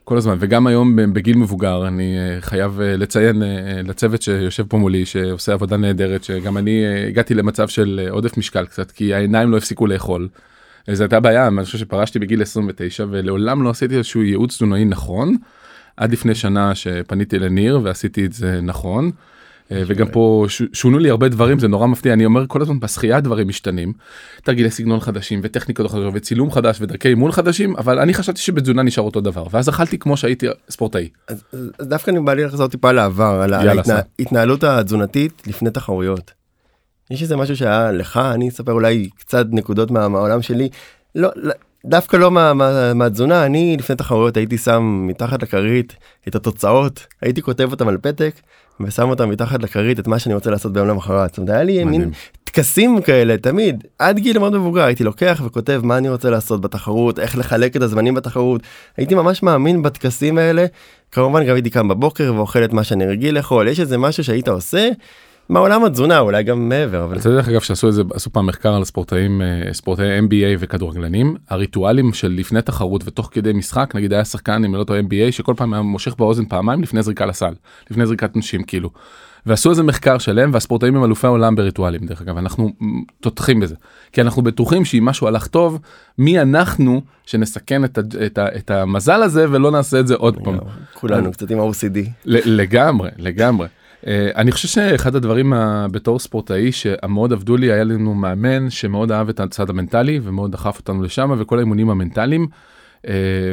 כל הזמן, וגם היום בגיל מבוגר, אני חייב לציין לצוות שיושב פה מולי, שעושה עבודה נהדרת, שגם אני הגעתי למצב של עודף משקל קצת, כי העיניים לא הפסיקו לאכול. זו הייתה בעיה, אני חושב שפרשתי בגיל עשרים ותשע, ולעולם לא עשיתי איזשהו ייעוץ תזונאי נכון, עד לפני שנה שפניתי לניר, ועשיתי את זה נכון. וגם פה שונו לי הרבה דברים, זה נורא מפתיע, אני אומר כל הזמן בשחייה דברים משתנים, תרגילי סגנון חדשים וטכניקות חדשות וצילום חדש ודרכי אימון חדשים, אבל אני חשבתי שבתזונה נשאר אותו דבר, ואז אכלתי כמו שהייתי ספורטאי. אז, אז דווקא אני בא לי לחזור טיפה לעבר, על ההתנהלות התזונתית לפני תחרויות. יש איזה משהו שהיה לך, אני אספר אולי קצת נקודות מה, מהעולם שלי, לא, דווקא לא מה, מה, מהתזונה, אני לפני תחרויות הייתי שם מתחת לכרית את התוצאות, הייתי כותב אותם על פתק, ושם אותם מתחת לכרית את מה שאני רוצה לעשות ביום למחרת. זאת אומרת, היה לי מין תקסים כאלה, תמיד, עד גיל מאוד מבוגר, הייתי לוקח וכותב מה אני רוצה לעשות בתחרות, איך לחלק את הזמנים בתחרות, הייתי ממש מאמין בתקסים האלה, כמובן גם הייתי קם בבוקר ואוכל את מה שאני רגיל לאכול, יש איזה משהו שהיית עושה, מעולם התזונה, אולי גם מעבר. אבל... אתה יודע, אגב, שעשו איזה, עשו פעם מחקר על ספורטאים, ספורטאי אם בי איי וכדורגלנים, הריטואלים של לפני תחרות ותוך כדי משחק, נגיד היה שחקן עם לא אם בי איי, שכל פעם היה מושך באוזן פעמיים לפני זריקה לסל, לפני זריקת נשים, כאילו. ועשו איזה מחקר שלהם, והספורטאים הם אלופי העולם בריטואלים, דרך אגב, אנחנו תותחים בזה. כי אנחנו בטוחים שאם משהו הלך טוב, מי אנחנו שנסכן את, את, את המזל הזה, ולא נעשה את זה עוד פעם. כולנו, קצת עם ה-או סי די. לגמרי, לגמרי. Uh, אני חושב שאחד הדברים uh, בתור ספורטאי שהמאוד עבדו לי, היה לנו מאמן שמאוד אהב את הצד המנטלי ומאוד דחף אותנו לשם, וכל האימונים המנטליים, uh,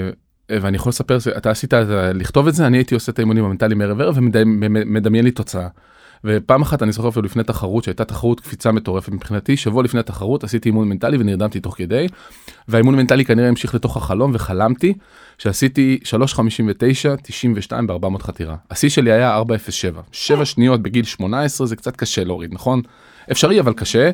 ואני יכול לספר, אתה עשית לכתוב את זה, אני הייתי עושה את האימונים המנטליים ערב ערב ומדמיין לי תוצאה. ופעם אחת אני זוכר אפילו לפני תחרות, שהייתה תחרות קפיצה מטורפת מבחינתי, שבוע לפני תחרות עשיתי אימון מנטלי ונרדמתי תוך כדי, והאימון מנטלי כנראה המשיך לתוך החלום, וחלמתי שעשיתי שלוש חמישים ותשע תשעים ושתיים ב-ארבע מאות חתירה. השיא שלי היה ארבע אפס שבע. שבע שניות בגיל שמונה עשרה, זה קצת קשה להוריד, נכון? אפשרי אבל קשה.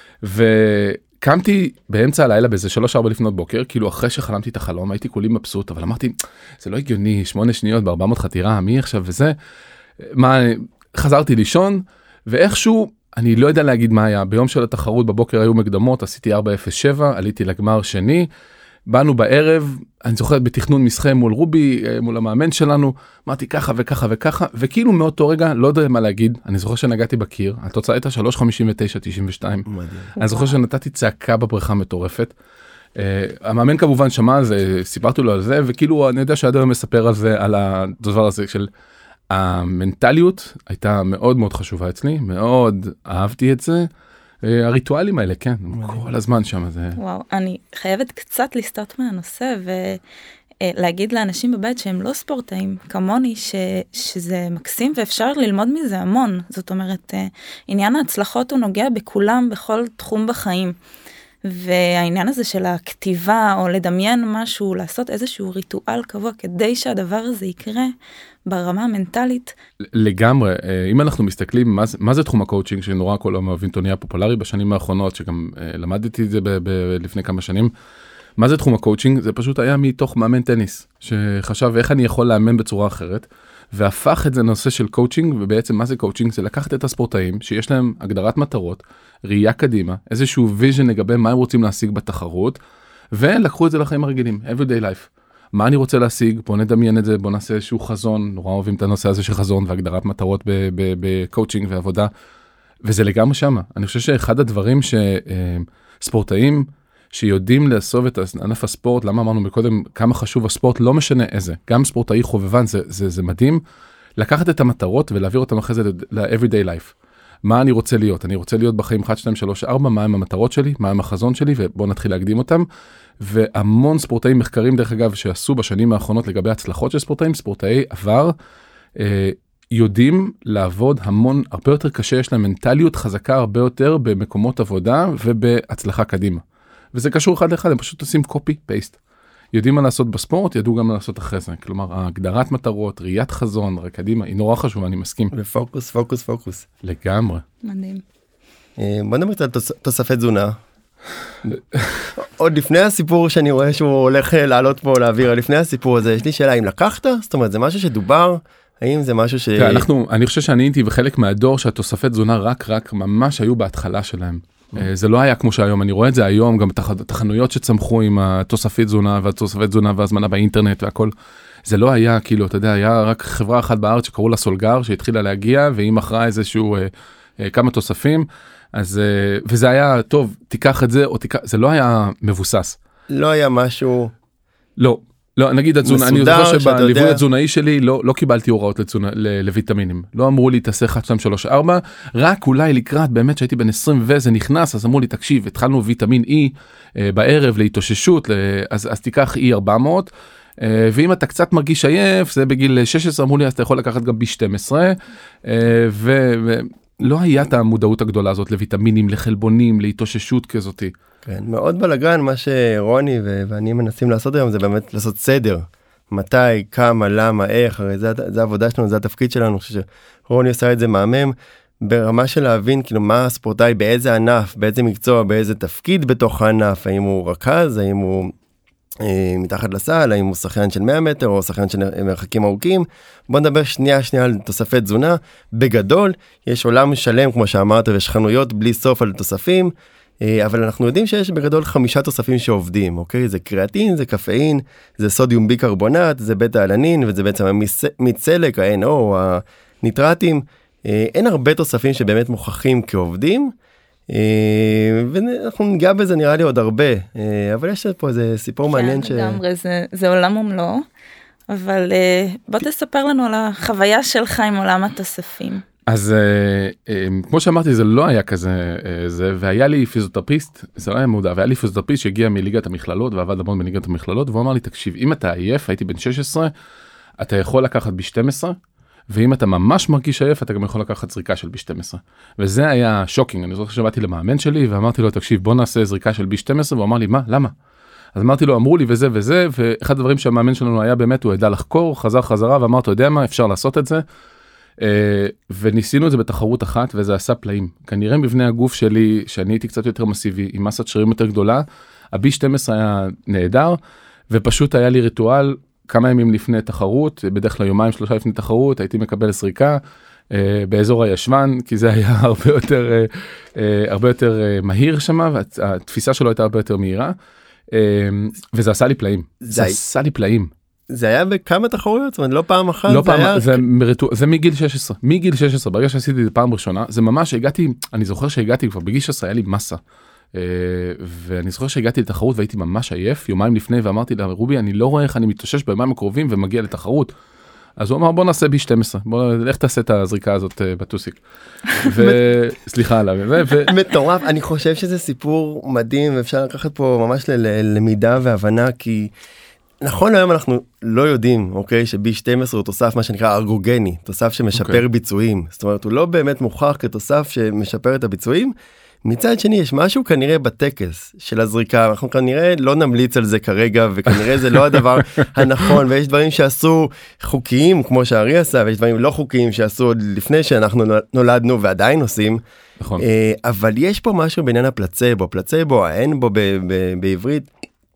וקמתי באמצע הלילה באיזה שלוש ארבע לפנות בוקר, כאילו אחרי שחלמתי את החלום, הייתי כולי מבסוט, אבל אמרתי, זה לא הגיוני, שמונה שניות ב-ארבע מאות חתירה, מי עכשיו וזה? מה, חזרתי לישון, ואיכשהו, אני לא יודע להגיד מה היה, ביום של התחרות בבוקר היו מקדמות, עשיתי ארבע אפס שבע, עליתי לגמר שני, באנו בערב, אני זוכר בתכנון משחק מול רובי, מול המאמן שלנו, אמרתי ככה וככה וככה, וכאילו מאותו רגע, לא יודע מה להגיד, אני זוכר שנגעתי בקיר, התוצאה הייתה שלוש חמישים ותשע תשעים ושתיים, אני זוכר שנתתי צעקה בבריכה מטורפת, המאמן כמובן שמע על זה, סיפרתי לו על זה, וכאילו אני יודע שעד היום מספר על זה, על הדבר הזה של המנטליות הייתה מאוד מאוד חשובה אצלי, מאוד אהבתי את זה, הריטואלים האלה, כן, כל הזמן שם זה... וואו, אני חייבת קצת לסטות מהנושא ולהגיד לאנשים בבית שהם לא ספורטאים, כמוני, ש... שזה מקסים ואפשר ללמוד מזה המון. זאת אומרת, עניין ההצלחות הוא נוגע בכולם, בכל תחום בחיים. והעניין הזה של הכתיבה או לדמיין משהו, לעשות איזשהו ריטואל קבוע כדי שהדבר הזה יקרה ברמה המנטלית. לגמרי, אם אנחנו מסתכלים מה, מה זה תחום הקואוצ'ינג שנורא כל היום אוהבים, נהיה פופולרי בשנים האחרונות, שגם למדתי את זה ב- ב- לפני כמה שנים, מה זה תחום הקואוצ'ינג? זה פשוט היה מתוך מאמן טניס, שחשב איך אני יכול לאמן בצורה אחרת, והפך את זה לנושא של קואוצ'ינג, ובעצם מה זה קואוצ'ינג? זה לקחת את הספורטאים שיש להם הגדרת מטרות, ראייה קדימה, איזשהו ויז'ן לגבי מה הם רוצים להשיג בתחרות, ולקחו את זה לחיים הרגילים, everyday life. מה אני רוצה להשיג? בוא נדמיין את זה, בוא נעשה איזשהו חזון, נורא אוהבים את הנושא הזה של חזון והגדרת מטרות בקואוצ'ינג ועבודה, וזה לגמרי שמה. אני חושב שאחד הדברים שספורטאים שיודעים לאסוף את ענף הספורט, למה אמרנו מקודם כמה חשוב הספורט, לא משנה איזה, גם ספורטאי חובבן זה, זה, זה מדהים, לקחת את המטרות ולהעביר אותם אחרי זה ל-everyday life. מה אני רוצה להיות? אני רוצה להיות בחיים אחת, שתיים, שלוש, ארבע, מה הם המטרות שלי, מה הם החזון שלי, ובואו נתחיל להקדים אותם. והמון ספורטאים מחקרים, דרך אגב, שעשו בשנים האחרונות לגבי הצלחות של ספורטאים, ספורטאי עבר, אה, יודעים לעבוד המון, הרבה יותר קשה, יש להם מנטליות חזקה הרבה יותר במקומות עבודה ובהצלחה קדימה. וזה קשור אחד לאחד, הם פשוט עושים קופי פייסט. יודעים מה לעשות בספורט, ידעו גם מה לעשות אחרי זה. כלומר, הגדרת מטרות, ראיית חזון, רק קדימה, היא נורא חשובה, אני מסכים. ופוקוס, פוקוס, פוקוס. לגמרי. מדהים. בוא נדבר קצת תוספי תזונה. עוד לפני הסיפור שאני רואה שהוא הולך לעלות פה לאוויר, לפני הסיפור הזה, יש לי שאלה, האם לקחת? זאת אומרת, זה משהו שדובר? האם זה משהו ש... אנחנו, אני חושב שאני הייתי וחלק מהדור שהתוספי תזונה רק, רק ממש היו בהתחלה שלהם. זה לא היה כמו שהיום, אני רואה את זה היום, גם תחנויות שצמחו עם התוספית תזונה והתוספית תזונה והזמנה באינטרנט והכל. זה לא היה, כאילו, אתה יודע, היה רק חברה אחת בארץ שקראו לה סולגר, שהתחילה להגיע, והיא מכרה איזשהו, אה, אה, כמה תוספים, אז, אה, וזה היה, טוב, תיקח את זה, או תיקח, זה לא היה מבוסס. לא היה משהו... לא, לא, נגיד, התזונה, אני זוכר שבליווי התזונאי שלי, לא, לא קיבלתי הוראות לתזונה, לויטמינים. לא אמרו לי, תעשה אחת, שתיים, שלוש, ארבע, רק אולי לקראת, באמת שהייתי בן עשרים וזה נכנס, אז אמרו לי, תקשיב, התחלנו ויטמין E, אה, בערב, להתאוששות, אז, אז תיקח E ארבע מאות, ואם אתה קצת מרגיש עייף, זה בגיל שש עשרה, אמרו לי, אז אתה יכול לקחת גם בי שתים עשרה, ולא היה את המודעות הגדולה הזאת לויטמינים, לחלבונים, להתאוששות כזאת. כן, מאוד בלגן, מה שרוני ואני מנסים לעשות היום, זה באמת לעשות סדר. מתי, כמה, למה, איך, הרי זה, זה העבודה שלנו, זה התפקיד שלנו, אני חושב שרוני עושה את זה מהמם, ברמה של להבין, כאילו, מה הספורטאי, באיזה ענף, באיזה מקצוע, באיזה תפקיד בתוך הענף, האם הוא רכז, האם הוא... מתחת לסל, האם הוא שחיין של מאה מטר או שחיין של מרחקים ארוכים. בוא נדבר שנייה שנייה על תוספי תזונה. בגדול, יש עולם שלם, כמו שאמרת, ויש חנויות בלי סוף על תוספים, אבל אנחנו יודעים שיש בגדול חמישה תוספים שעובדים, אוקיי? זה קריאטין, זה קפאין, זה סודיום ביקרבונט, זה בטא אלנין, וזה בעצם מצלק, ה-אן או, הניטרטים. אין הרבה תוספים שבאמת מוכחים כעובדים, ואנחנו ניגע בזה נראה לי עוד הרבה, אבל יש פה איזה סיפור מעניין ש... כן, לגמרי, זה עולם ומלואו, אבל בוא תספר לנו על החוויה שלך עם עולם התוספים. אז כמו שאמרתי, זה לא היה כזה, והיה לי פיזיותרפיסט, זה לא היה מודע, והיה לי פיזיותרפיסט שהגיע מליגת המכללות, ועבד המון בליגת המכללות, והוא אמר לי, תקשיב, אם אתה עייף, הייתי בן שש עשרה, אתה יכול לקחת בי שתים עשרה, ואם אתה ממש מרגיש עייף, אתה גם יכול לקחת זריקה של בי שתים עשרה. וזה היה שוקינג. אני זוכר שבאתי למאמן שלי, ואמרתי לו, תקשיב, בוא נעשה זריקה של בי שתים עשרה, והוא אמר לי, מה? למה? אז אמרתי לו, אמרו לי וזה וזה, ואחד הדברים שהמאמן שלנו היה באמת, הוא ידע לחקור, חזר חזרה, ואמרתי, יודע מה, אפשר לעשות את זה. וניסינו את זה בתחרות אחת, וזה עשה פלאים. כנראה מבנה הגוף שלי, שאני הייתי קצת יותר מסיבי, עם מסת שרירים יותר גדולה, ה-בי שתים עשרה היה נהדר, ופשוט היה לי ריטואל, כמה ימים לפני תחרות, בדרך כלל יומיים שלושה לפני תחרות, הייתי מקבל סריקה אה, באזור הישבן, כי זה היה הרבה יותר, אה, אה, הרבה יותר אה, מהיר שמה, והתפיסה שלו הייתה הרבה יותר מהירה, אה, וזה עשה לי פלאים. זה, זה עשה לי פלאים. זה היה בכמה תחרויות? זאת אומרת, לא פעם אחת? לא זה פעם, היה... זה, מרטו... זה מגיל שש עשרה. מגיל שש עשרה, ברגע שעשיתי את זה פעם ראשונה, זה ממש הגעתי, אני זוכר שהגעתי כבר בגיל שש עשרה, היה לי מסה. Uh, ואני זוכר שהגעתי לתחרות והייתי ממש עייף יומיים לפני ואמרתי לה, רובי, אני לא רואה איך אני מתאושש ביומיים הקרובים ומגיע לתחרות. אז הוא אמר, בוא נעשה בי שתים עשרה, בוא, לך תעשה את הזריקה הזאת uh, בטוסיק. וסליחה עליו. מטורף, אני חושב שזה סיפור מדהים, ואפשר לקחת פה ממש ללמידה והבנה, כי נכון היום אנחנו לא יודעים, אוקיי, ש-בי שתים עשרה הוא תוסף מה שנקרא ארגוגני, תוסף שמשפר okay. ביצועים. זאת אומרת, הוא לא באמת מוכח כתוסף שמשפר את הביצועים, מצד שני, יש משהו כנראה בטקס של הזריקה, אנחנו כנראה לא נמליץ על זה כרגע, וכנראה זה לא הדבר הנכון, ויש דברים שעשו חוקיים, כמו שהארי עשה, ויש דברים לא חוקיים שעשו עוד לפני שאנחנו נולדנו ועדיין עושים, נכון. אבל יש פה משהו בעניין הפלצבו, פלצבו, האין בו בעברית,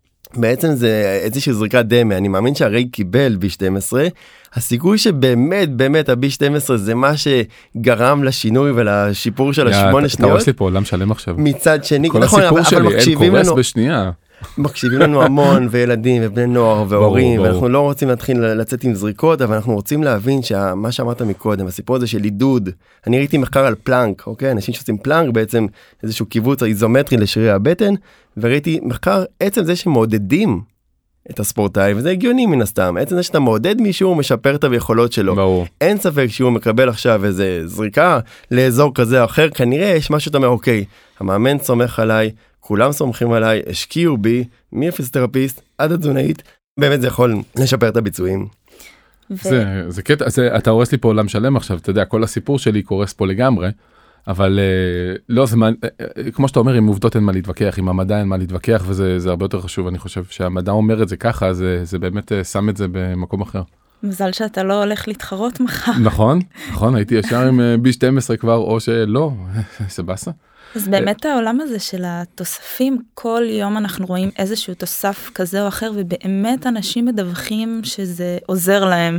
בעצם זה איזושהי זריקת דמה, אני מאמין שהרי קיבל בי שתים עשרה, הסיכוי שבאמת, באמת, ה-בי שתים עשרה זה מה שגרם לשינוי ולשיפור של השמונה שניות. אתה רואה לי פה עולם שלם עכשיו. מצד שני, כל הסיפור שלי, אין קורס בשנייה. מקשיבים לנו המון, וילדים, ובני נוער, והורים, ואנחנו לא רוצים להתחיל לצאת עם זריקות, אבל אנחנו רוצים להבין שמה שאמרת מקודם, הסיפור הזה של עידוד, אני ראיתי מחקר על פלנק, אוקיי? אנשים שעושים פלנק, בעצם איזשהו קיבוץ איזומטרי לשרירי הבטן, וראיתי מחקר, עצם זה שמעודדים את הספורטאי, וזה הגיוני מן הסתם, עצם זה שאתה מעודד מישהו, הוא משפר את היכולות שלו. ברור. אין ספק שהוא מקבל עכשיו איזה זריקה לאזור כזה או אחר, כנראה יש משהו שאתה אומר, אוקיי, המאמן סומך עליי, כולם סומכים עליי, השקיעו בי, מהפיזיותרפיסט עד התזונאית, באמת זה יכול לשפר את הביצועים. ו... זה, זה קטע, זה, אתה הורס לי פה עולם שלם עכשיו, אתה יודע, כל הסיפור שלי קורס פה לגמרי, אבל לא, זה, כמו שאתה אומר, עם עובדות אין מה להתווכח, עם המדע אין מה להתווכח, וזה זה הרבה יותר חשוב, אני חושב שהמדע אומר את זה ככה, זה, זה באמת שם את זה במקום אחר. מזל שאתה לא הולך להתחרות מחר. נכון, נכון, הייתי ישר עם בי שתים עשרה כבר, או שלא, זה בסה. אז באמת העולם הזה של התוספים, כל יום אנחנו רואים איזשהו תוסף כזה או אחר, ובאמת אנשים מדווחים שזה עוזר להם.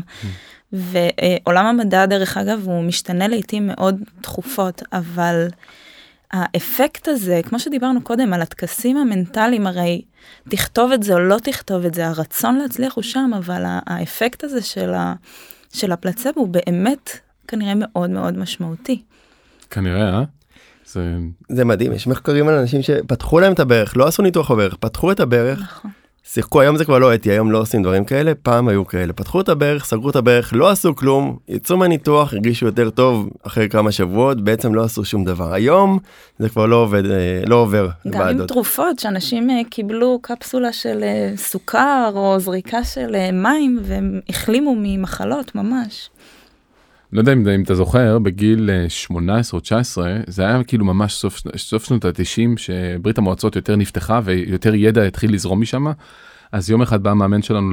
ועולם המדע, דרך אגב, הוא משתנה לעתים מאוד תכופות, אבל האפקט הזה, כמו שדיברנו קודם, על התקסים המנטליים, הרי תכתוב את זה או לא תכתוב את זה, הרצון להצליח הוא שם, אבל האפקט הזה של, ה, של הפלצבו הוא באמת כנראה מאוד מאוד משמעותי. כנראה, אה? זה... זה מדהים, יש מחקרים על אנשים שפתחו להם את הברך, לא עשו ניתוח בברך, פתחו את הברך, נכון. שיחקו, היום זה כבר לא אתי, היום לא עושים דברים כאלה, פעם היו כאלה, פתחו את הברך, סגרו את הברך, לא עשו כלום, יצאו מהניתוח, הרגישו יותר טוב אחרי כמה שבועות, בעצם לא עשו שום דבר. היום זה כבר לא עובד, לא עובר. גם ועדות. עם תרופות, שאנשים קיבלו קפסולה של סוכר או זריקה של מים, והם החלימו ממחלות ממש. לא יודע אם, אם אתה זוכר, בגיל שמונה עשרה או תשע עשרה, זה היה כאילו ממש סוף, סוף שנות ה-תשעים, שברית המועצות יותר נפתחה ויותר ידע התחיל לזרום משם. אז יום אחד בא המאמן שלנו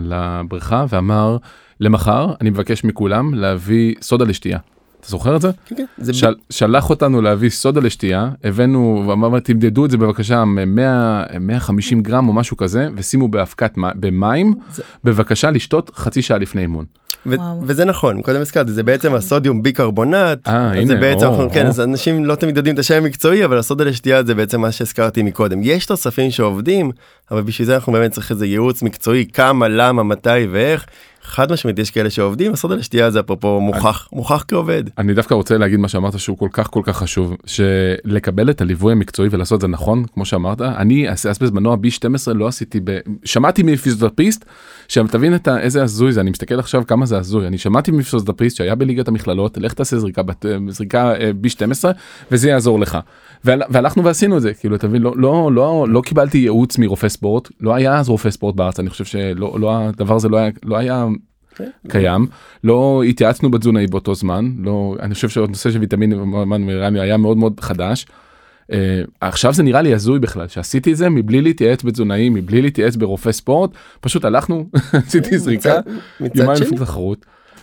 לבריכה ואמר, למחר אני מבקש מכולם להביא סודה לשתייה. אתה זוכר את זה? כן, זה של, שלח אותנו להביא סודה לשתייה, הבאנו, ואמר, תמדדו את זה בבקשה, מאה וחמישים גרם או משהו כזה, ושימו בהפקת במים, זה... בבקשה לשתות חצי שעה לפני אימון. ו- וזה נכון, קודם הזכרתי, זה בעצם הסודיום ביקרבונט, אה, הנה, זה בעצם, או, כן, או. אז אנשים לא תמיד יודעים את השם המקצועי, אבל הסודה לשתייה זה בעצם מה שהזכרתי מקודם. יש תוספים שעובדים, אבל בשביל זה אנחנו באמת צריכים איזה ייעוץ מקצועי, כמה, למה, מתי ואיך. חד משמעית יש כאלה שעובדים, הסודה לשתייה זה אפרופו מוכח, מוכח כעובד. אני דווקא רוצה להגיד מה שאמרת שהוא כל כך כל כך חשוב, שלקבל את הליווי המקצועי ולעשות את זה נכון, כמו שאמרת, אני אז בזמנו בי שתים עשרה לא עשיתי, ב... שמעתי מפיזיותרפיסט, שתבין את איזה הזוי זה, אני מסתכל עכשיו כמה זה הזוי, אני שמעתי מפיזיותרפיסט שהיה בליגת המכללות, לך תעשה זריקה, זריקה בי שתים עשרה, וזה יעזור לך. והלכנו ועשינו את זה, כאילו, תבין, לא, לא, לא, לא קיבלתי ייעוץ מרופא ספורט, לא היה אז רופא ספורט בארץ, אני חושב שלא, לא, הדבר הזה לא היה, לא היה קיים, לא התייעצנו בתזונאי באותו זמן, לא, אני חושב שהנושא של ויטמין היה מאוד מאוד חדש, Uh, עכשיו זה נראה לי הזוי בכלל, שעשיתי את זה מבלי להתייעץ בתזונאי, מבלי להתייעץ ברופא ספורט, פשוט הלכנו, עשיתי זריקה, יומיים לפני תחרות.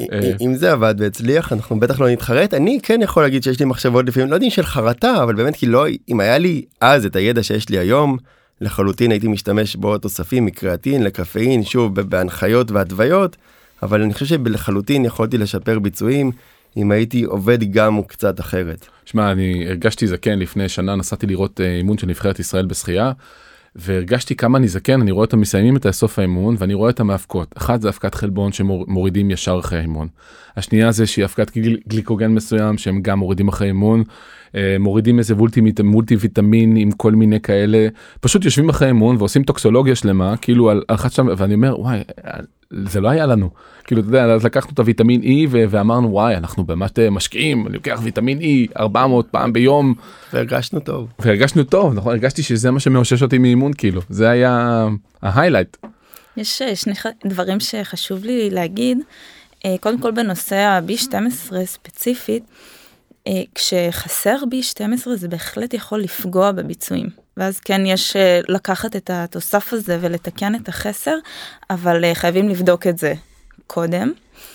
אם זה עבד והצליח, אנחנו בטח לא נתחרט. אני כן יכול להגיד שיש לי מחשבות לפעמים, לא יודעים של חרטה, אבל באמת כי לא, אם היה לי אז את הידע שיש לי היום, לחלוטין הייתי משתמש בו תוספים מקריאטין, לקפאין, שוב, בהנחיות והתוויות, אבל אני חושב שבלחלוטין יכולתי לשפר ביצועים, אם הייתי עובד גם קצת אחרת. שמע, אני הרגשתי זקן לפני שנה, נסעתי לראות אימון של נבחרת ישראל בשחייה, והרגשתי כמה אני זקן, אני רואה אותם מסיימים את הסוף האימון, ואני רואה את המאבקות. אחת זה הפקת חלבון שמורידים ישר אחרי האימון. השנייה זה שהיא הפקת גליקוגן מסוים, שהם גם מורידים אחרי האימון, מורידים איזה מולטי ויטמין עם כל מיני כאלה, פשוט יושבים אחרי האימון ועושים טוקסולוגיה שלמה, כאילו על אחת שם, ואני אומר, וואי, זה לא היה לנו. כאילו, אתה יודע, אז לקחנו את הוויטמין E ואמרנו, וואי, אנחנו באמת משקיעים, אני לוקח ויטמין E ארבע מאות פעם ביום. והרגשנו טוב. והרגשנו טוב, נכון? הרגשתי שזה מה שמאושש אותי מאימון, כאילו. זה היה ההיילייט. יש שני דברים שחשוב לי להגיד. קודם כל, בנושא ה-בי שתים עשרה ספציפית, כשחסר בי שתים עשרה זה בהחלט יכול לפגוע בביצועים. ואז כן יש לקחת את התוסף הזה ולתקן את החסר, אבל חייבים לבדוק את זה קודם.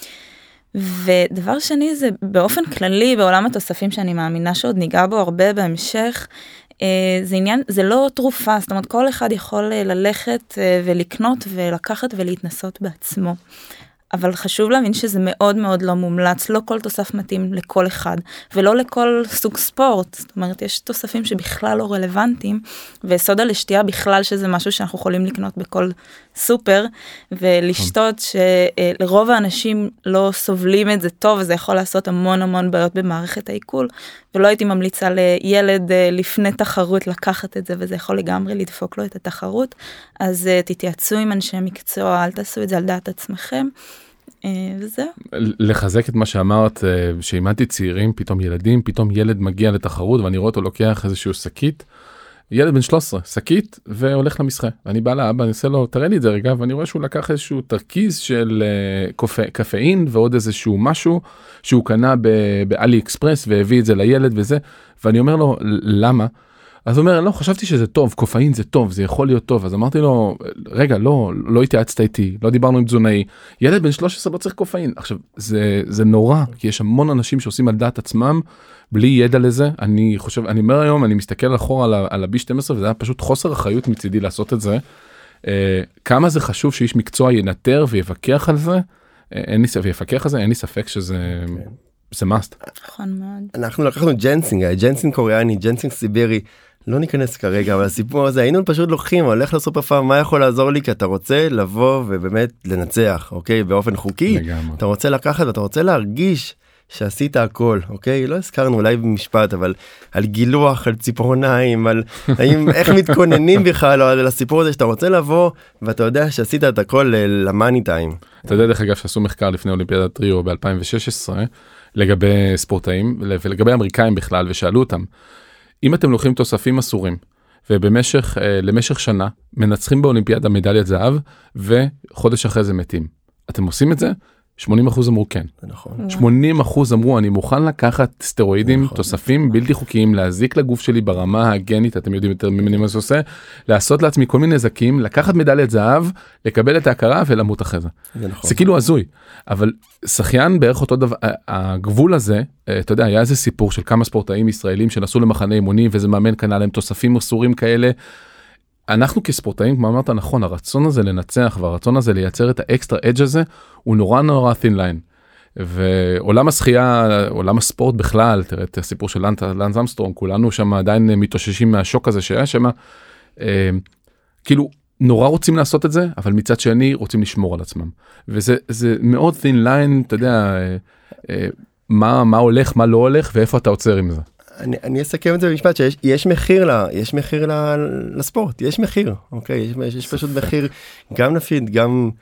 ודבר שני זה באופן כללי בעולם התוספים שאני מאמינה שעוד ניגע בו הרבה בהמשך, זה עניין, זה לא תרופה, זאת אומרת כל אחד יכול ללכת ולקנות ולקחת ולהתנסות בעצמו. אבל חשוב להבין שזה מאוד מאוד לא מומלץ, לא כל תוסף מתאים לכל אחד, ולא לכל סוג ספורט, זאת אומרת, יש תוספים שבכלל לא רלוונטיים, וסודה לשתייה בכלל שזה משהו שאנחנו יכולים לקנות בכל סופר, ולשתות שלרוב האנשים לא סובלים את זה טוב, וזה יכול לעשות המון המון בעיות במערכת העיכול, ולא הייתי ממליצה לילד לפני תחרות לקחת את זה, וזה יכול לגמרי לדפוק לו את התחרות, אז תתייעצו עם אנשי מקצוע, אל תעשו את זה על דעת עצמכם, וזהו. לחזק את מה שאמרת, שאימנתי צעירים, פתאום ילדים, פתאום ילד מגיע לתחרות, ואני רואה אותו לוקח איזשהו שקית, ילד בן שלוש עשרה, שקית, והולך למשחה. ואני בא לאבא, אני עושה לו, תראה לי את זה רגע, ואני רואה שהוא לקח איזשהו תרכיז של קפה, קפאין, ועוד איזשהו משהו, שהוא קנה באלי אקספרס, והביא את זה לילד וזה, ואני אומר לו, למה? אז הוא אומר, לא, חשבתי שזה טוב, קופאין זה טוב, זה יכול להיות טוב. אז אמרתי לו, רגע, לא, לא התייעצת איתי, לא דיברנו עם תזונאי. ילד בן שלוש עשרה לא צריך קופאין. עכשיו, זה, זה נורא, כי יש המון אנשים שעושים על דעת עצמם, בלי ידע לזה. אני חושב, אני אומר היום, אני מסתכל אחורה על, על ה-בי שתים עשרה, וזה היה פשוט חוסר אחריות מצידי לעשות את זה. אה, כמה זה חשוב שאיש מקצוע ינטר ויפקח על זה, אין לי, ויפקח על זה, אין לי ספק שזה... זה must. נכון מאוד. אנחנו לקחנו ג'נסינג, ג'נסינג קוריאני, ג'נסינג סיברי, לא ניכנס כרגע, אבל הסיפור הזה, היינו פשוט לוקחים, הולך לסופר פארם, מה יכול לעזור לי? כי אתה רוצה לבוא ובאמת לנצח, אוקיי? באופן חוקי, לגמרי. אתה רוצה לקחת ואתה רוצה להרגיש שעשית הכל, אוקיי? לא הזכרנו אולי במשפט, אבל על גילוח, על ציפורניים, על האם, איך מתכוננים בכלל על הסיפור הזה שאתה רוצה לבוא, ואתה יודע שעשית את הכל למאני טיים. אתה יודע דרך אגב שעשו מחקר לפני אולימפיאדת ריו ב-אלפיים ושש עשרה, לגבי ספורטאים, ולגבי אמריקאים בכלל, ושאלו אותם, אם אתם לוקחים תוספים אסורים, ובמשך, למשך שנה, מנצחים באולימפיאדה מדליית זהב, וחודש אחרי זה מתים. אתם עושים את זה? שמונים אחוז אמרו כן. נכון. שמונים אחוז אמרו, אני מוכן לקחת סטרואידים, תוספים בלתי חוקיים, להזיק לגוף שלי ברמה הגנית, אתם יודעים יותר ממני מה זה עושה, לעשות לעצמי כל מיני נזקים, לקחת מדליית זהב, לקבל את ההכרה ולמות אחרי זה. זה נכון. זה כאילו הזוי, אבל שחיין בערך אותו דבר, הגבול הזה, אתה יודע, היה איזה סיפור של כמה ספורטאים ישראלים שנסעו למחנה אימונים, וזה מאמן קנה להם תוספים אסורים כאלה, אנחנו כספורטאים, כמו אמרת נכון, הרצון הזה לנצח והרצון הזה לייצר את האקסטרה אדג' הזה, הוא נורא נורא thin line. ועולם השחייה, עולם הספורט בכלל, תראה את הסיפור של לנס אמסטרונג, כולנו שם עדיין מתאוששים מהשוק הזה שהיה שם, אה, כאילו נורא רוצים לעשות את זה, אבל מצד שני רוצים לשמור על עצמם. וזה זה מאוד thin line, אתה יודע, אה, אה, מה, מה הולך, מה לא הולך, ואיפה אתה עוצר עם זה. אני, אני אסכם את זה במשפט שיש יש מחיר לה, יש מחיר לה, לספורט, יש מחיר, אוקיי, יש, יש פשוט מחיר גם נפיד, גם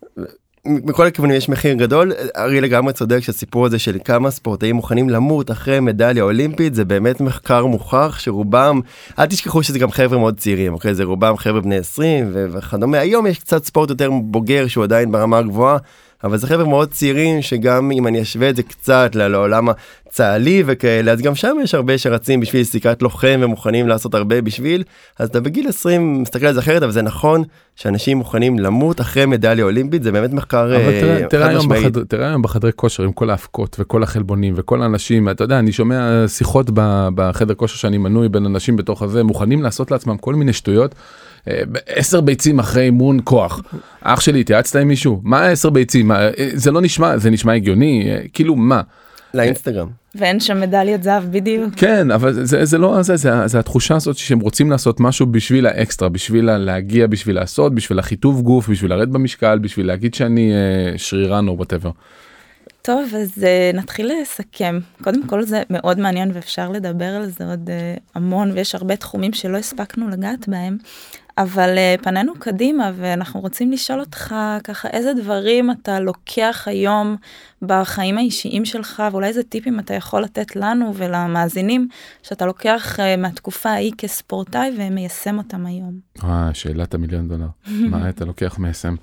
מכל הכיוונים יש מחיר גדול. ארי לגמרי צודק שהסיפור הזה של כמה ספורטאים מוכנים למות אחרי מדליה אולימפית, זה באמת מחקר מוכח שרובם, אל תשכחו שזה גם חבר'ה מאוד צעירים, אוקיי, זה רובם חבר'ה בני עשרים וכדומה, היום יש קצת ספורט יותר בוגר שהוא עדיין ברמה הגבוהה, אבל זה חבר'ה מאוד צעירים שגם אם אני אשווה את זה קצת לעולם הצה"לי וכאלה, אז גם שם יש הרבה שרצים בשביל סיכת לוחם ומוכנים לעשות הרבה בשביל, אז אתה בגיל עשרים מסתכל על זה אחרת, אבל זה נכון שאנשים מוכנים למות אחרי מדליה אולימפית, זה באמת מחקר חד משמעית. תראה היום בחדרי כושר עם כל ההפקות וכל החלבונים וכל האנשים, אתה יודע, אני שומע שיחות בחדר כושר שאני מנוי בין אנשים בתוך הזה, מוכנים לעשות לעצמם כל מיני שטויות, עשר ביצים אחרי אימון כוח. אח שלי, התייעצת עם מישהו? מה עשר ביצים? זה לא נשמע, זה נשמע הגיוני, כאילו מה? לאינסטגרם. ואין שם מדליית זהב בדיוק. כן, אבל זה, זה לא זה, זה, זה התחושה הזאת שהם רוצים לעשות משהו בשביל האקסטרה, בשביל להגיע, בשביל לעשות, בשביל החיטוב גוף, בשביל לרד במשקל, בשביל להגיד שאני שרירן או whatever. טוב, אז uh, נתחיל לסכם. קודם כל זה מאוד מעניין ואפשר לדבר על זה עוד uh, המון, ויש הרבה תחומים שלא הספקנו לגעת בהם, אבל uh, פנינו קדימה ואנחנו רוצים לשאול אותך ככה איזה דברים אתה לוקח היום בחיים האישיים שלך, ואולי איזה טיפים אתה יכול לתת לנו ולמאזינים שאתה לוקח uh, מהתקופה ההיא כספורטאי ומיישם אותם היום. אה, שאלת המיליון דולר. מה אתה לוקח מיישם?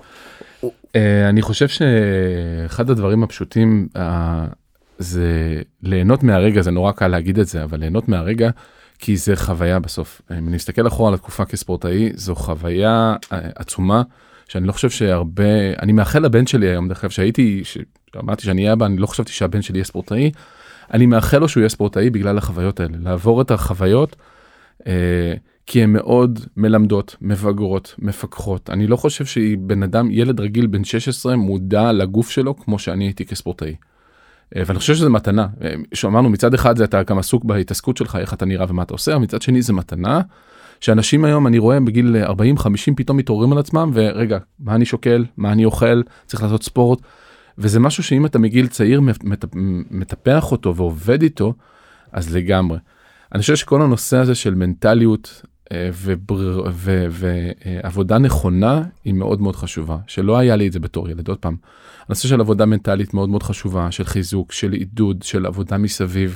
אני חושב שאחד הדברים הפשוטים זה ליהנות מהרגע, זה נורא קל להגיד את זה, אבל ליהנות מהרגע, כי זה חוויה בסוף. אם אני מסתכל אחורה על התקופה כספורטאי, זו חוויה עצומה, שאני לא חושב שהרבה, אני מאחל לבן שלי היום, דרך אגב, שהייתי, שאמרתי שאני אהיה בה, אני לא חשבתי שהבן שלי יהיה ספורטאי, אני מאחל לו שהוא יהיה ספורטאי בגלל החוויות האלה, לעבור את החוויות, כי הן מאוד מלמדות, מבגרות, מפקחות. אני לא חושב שהיא בן אדם, ילד רגיל בן שש עשרה, מודע לגוף שלו כמו שאני הייתי כספורטאי. ואני חושב שזה מתנה. שאמרנו, מצד אחד זה אתה גם עסוק בהתעסקות שלך, איך אתה נראה ומה אתה עושה, מצד שני זה מתנה, שאנשים היום, אני רואה בגיל ארבעים חמישים פתאום מתעוררים על עצמם, ורגע, מה אני שוקל, מה אני אוכל, צריך לעשות ספורט, וזה משהו שאם אתה מגיל צעיר מטפח אותו ועובד איתו, אז לגמרי. אני חושב שכל הנושא הזה של מנטליות ועבודה נכונה היא מאוד מאוד חשובה, שלא היה לי את זה בתור ילד. עוד פעם, הנושא של עבודה מנטלית מאוד מאוד חשובה, של חיזוק, של עידוד, של עבודה מסביב,